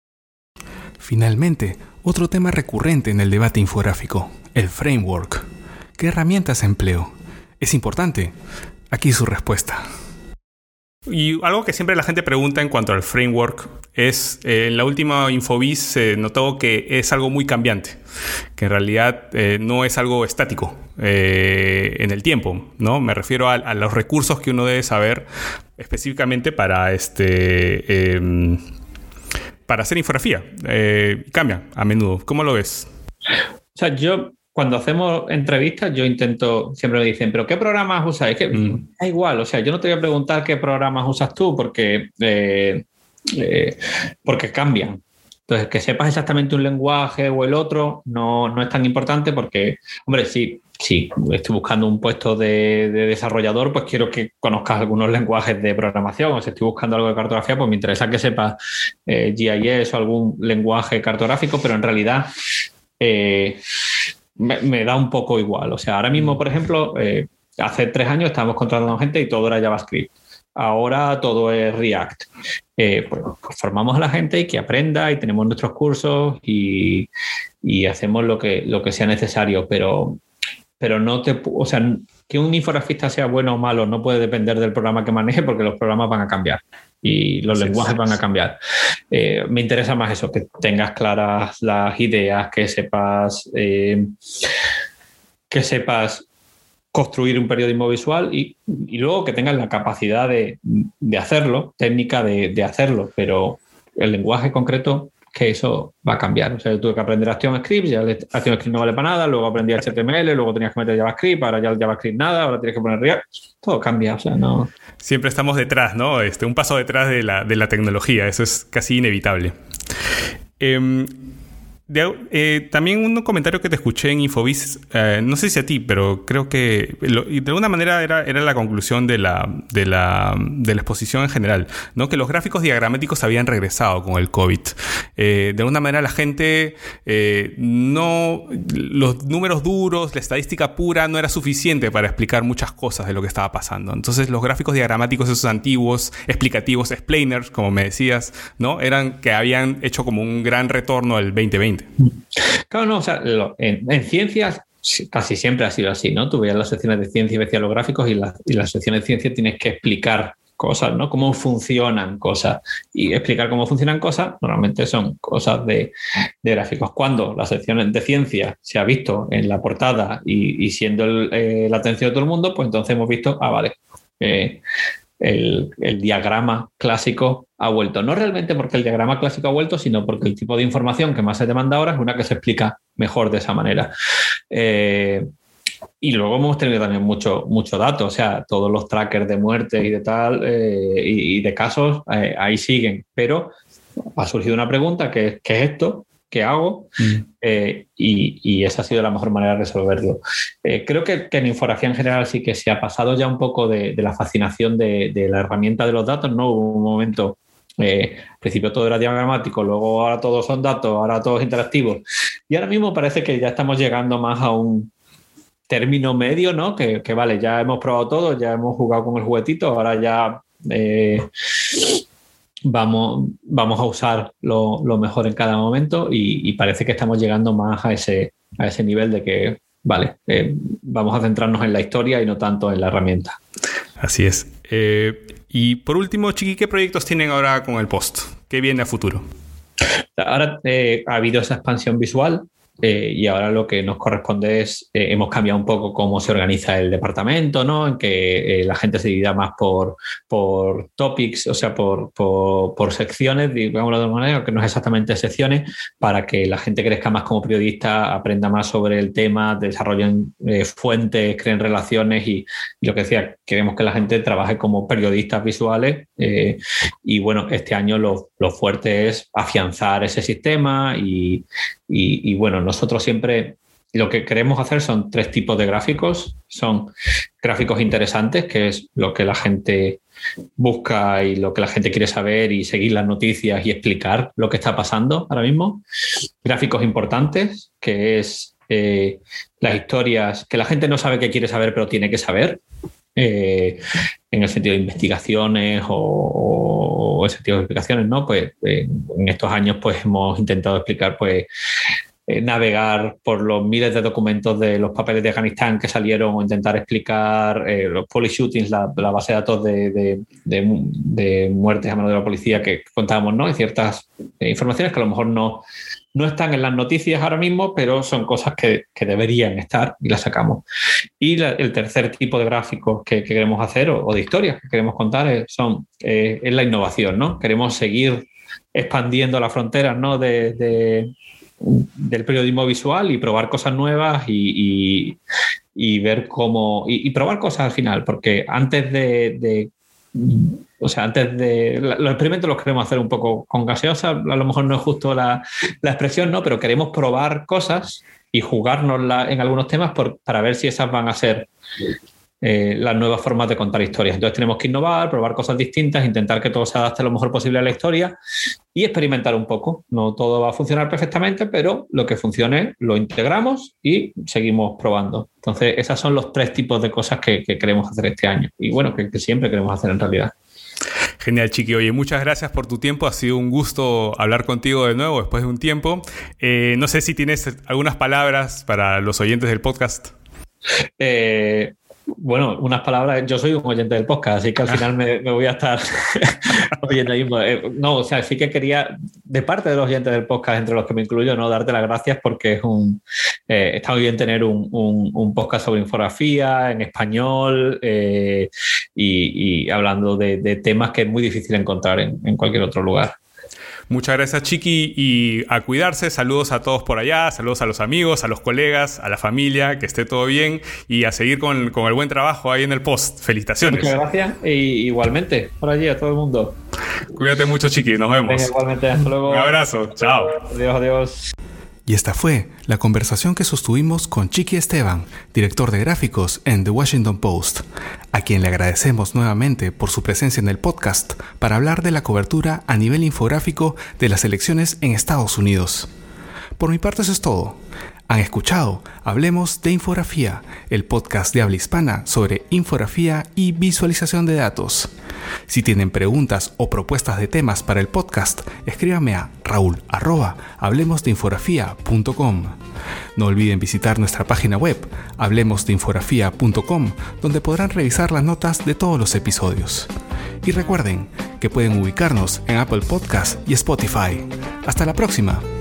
Finalmente, otro tema recurrente en el debate infográfico, el framework. ¿Qué herramientas empleo? ¿Es importante? Aquí su respuesta. Y algo que siempre la gente pregunta en cuanto al framework es, eh, en la última Infobiz se notó que es algo muy cambiante, que en realidad eh, no es algo estático eh, en el tiempo, ¿no? Me refiero a, a los recursos que uno debe saber específicamente para, este, eh, para hacer infografía. Eh, cambian a menudo. ¿Cómo lo ves? O sea, yo cuando hacemos entrevistas, yo intento, siempre me dicen, ¿pero qué programas usáis? Que mm. da igual, o sea, yo no te voy a preguntar qué programas usas tú porque, eh, eh, porque cambian. Entonces, que sepas exactamente un lenguaje o el otro no, no es tan importante porque, hombre, sí, sí, estoy buscando un puesto de, de desarrollador, pues quiero que conozcas algunos lenguajes de programación, o si estoy buscando algo de cartografía, pues me interesa que sepas eh, G I S o algún lenguaje cartográfico, pero en realidad eh, me, me da un poco igual. O sea, ahora mismo, por ejemplo, eh, hace tres años estábamos contratando gente y todo era JavaScript. Ahora todo es React. Eh, pues, pues formamos a la gente y que aprenda y tenemos nuestros cursos y, y hacemos lo que, lo que sea necesario, pero, pero no te... O sea, que un infografista sea bueno o malo no puede depender del programa que maneje porque los programas van a cambiar y los sí, lenguajes sí, van a cambiar. Eh, me interesa más eso, que tengas claras las ideas, que sepas... Eh, que sepas... construir un periodismo visual y, y luego que tengas la capacidad de, de hacerlo, técnica de, de hacerlo, pero el lenguaje concreto, que eso va a cambiar. O sea, yo tuve que aprender ActionScript, ya ActionScript no vale para nada, luego aprendí H T M L, luego tenías que meter JavaScript, ahora ya el JavaScript nada, ahora tienes que poner React. Todo cambia, o sea, no... Siempre estamos detrás, ¿no? Este, un paso detrás de la, de la tecnología, eso es casi inevitable. Eh, De, eh, también un comentario que te escuché en Infobiz, eh, no sé si a ti, pero creo que lo, de alguna manera era, era la conclusión de la, de, la, de la exposición en general, ¿no? Que los gráficos diagramáticos habían regresado con el COVID. Eh, de alguna manera la gente eh, no... Los números duros, la estadística pura no era suficiente para explicar muchas cosas de lo que estaba pasando. Entonces los gráficos diagramáticos esos antiguos, explicativos, explainers, como me decías, ¿no? Eran que habían hecho como un gran retorno al veinte veinte. Claro, no, o sea, lo, en, en ciencias casi siempre ha sido así, ¿no? Tú veías las secciones de ciencia y veías los gráficos y, la, y las secciones de ciencia tienes que explicar cosas, ¿no? Cómo funcionan cosas. Y explicar cómo funcionan cosas normalmente son cosas de, de gráficos. Cuando las secciones de ciencia se ha visto en la portada y, y siendo el, eh, la atención de todo el mundo, pues entonces hemos visto, ah, vale, eh, El, el diagrama clásico ha vuelto. No realmente porque el diagrama clásico ha vuelto, sino porque el tipo de información que más se demanda ahora es una que se explica mejor de esa manera. Eh, y luego hemos tenido también mucho, mucho dato, o sea, todos los trackers de muerte y de tal, eh, y, y de casos, eh, ahí siguen. Pero ha surgido una pregunta que es, ¿qué es esto? ¿Qué hago? Mm. Eh, y, y esa ha sido la mejor manera de resolverlo. Eh, creo que, que en infografía en general sí que se ha pasado ya un poco de, de la fascinación de, de la herramienta de los datos, ¿no? Hubo un momento, eh, al principio todo era diagramático, luego ahora todos son datos, ahora todos interactivos. Y ahora mismo parece que ya estamos llegando más a un término medio, ¿no? Que, que vale, ya hemos probado todo, ya hemos jugado con el juguetito, ahora ya... Eh, Vamos, vamos a usar lo, lo mejor en cada momento y, y parece que estamos llegando más a ese, a ese nivel de que, vale, eh, vamos a centrarnos en la historia y no tanto en la herramienta. Así es. Eh, y por último, Chiqui, ¿qué proyectos tienen ahora con el post? ¿Qué viene a futuro? Ahora eh, ha habido esa expansión visual. Eh, y ahora lo que nos corresponde es, eh, hemos cambiado un poco cómo se organiza el departamento, ¿no? En que eh, la gente se divida más por, por topics, o sea, por, por, por secciones, digámoslo de alguna manera, que no es exactamente secciones, para que la gente crezca más como periodista, aprenda más sobre el tema, desarrollen eh, fuentes, creen relaciones y, y lo que decía, queremos que la gente trabaje como periodistas visuales eh, y bueno, este año lo, lo fuerte es afianzar ese sistema y, y, y bueno, nosotros siempre lo que queremos hacer son tres tipos de gráficos. Son gráficos interesantes, que es lo que la gente busca y lo que la gente quiere saber y seguir las noticias y explicar lo que está pasando ahora mismo. Gráficos importantes, que es eh, las historias que la gente no sabe que quiere saber, pero tiene que saber. Eh, en el sentido de investigaciones o, o ese tipo de explicaciones, ¿no? Pues eh, en estos años pues hemos intentado explicar pues Eh, navegar por los miles de documentos de los papeles de Afganistán que salieron o intentar explicar eh, los police shootings, la, la base de datos de, de, de, de muertes a mano de la policía que contábamos, ¿no? Y ciertas eh, informaciones que a lo mejor no, no están en las noticias ahora mismo, pero son cosas que, que deberían estar y las sacamos. Y la, el tercer tipo de gráficos que, que queremos hacer o, o de historias que queremos contar es, son, eh, es la innovación, ¿no? Queremos seguir expandiendo las fronteras, ¿no? de, de del periodismo visual y probar cosas nuevas y, y, y ver cómo... Y, y probar cosas al final, porque antes de... de o sea, antes de... Los experimentos los queremos hacer un poco con gaseosa, a lo mejor no es justo la, la expresión, ¿no? Pero queremos probar cosas y jugárnosla en algunos temas por, para ver si esas van a ser eh, las nuevas formas de contar historias. Entonces tenemos que innovar, probar cosas distintas, intentar que todo se adapte lo mejor posible a la historia y experimentar un poco. No todo va a funcionar perfectamente, pero lo que funcione lo integramos y seguimos probando. Entonces esos son los tres tipos de cosas que, que queremos hacer este año y bueno, que, que siempre queremos hacer en realidad. Genial, Chiqui. Oye, muchas gracias por tu tiempo. Ha sido un gusto hablar contigo de nuevo después de un tiempo. Eh, no sé si tienes algunas palabras para los oyentes del podcast. Eh, bueno, unas palabras. Yo soy un oyente del podcast, así que al final me, me voy a estar oyendo mismo. Eh, no, o sea, sí que quería, de parte de los oyentes del podcast, entre los que me incluyo, no darte las gracias porque es un eh, está muy bien tener un, un, un podcast sobre infografía en español eh, y, y hablando de, de temas que es muy difícil encontrar en, en cualquier otro lugar. Muchas gracias, Chiqui, y a cuidarse. Saludos a todos por allá, saludos a los amigos, a los colegas, a la familia, que esté todo bien y a seguir con, con el buen trabajo ahí en el post. Felicitaciones. Muchas gracias y igualmente por allí a todo el mundo. Cuídate mucho, Chiqui, nos vemos. Venga, igualmente, hasta luego. Un abrazo, chao. Adiós, adiós. Y esta fue la conversación que sostuvimos con Chiqui Esteban, director de gráficos en The Washington Post, a quien le agradecemos nuevamente por su presencia en el podcast para hablar de la cobertura a nivel infográfico de las elecciones en Estados Unidos. Por mi parte eso es todo. Han escuchado Hablemos de Infografía, el podcast de habla hispana sobre infografía y visualización de datos. Si tienen preguntas o propuestas de temas para el podcast, escríbanme a raúl arroba hablemosdeinfografía punto com. No olviden visitar nuestra página web, hablemosdeinfografía punto com, donde podrán revisar las notas de todos los episodios. Y recuerden que pueden ubicarnos en Apple Podcasts y Spotify. Hasta la próxima.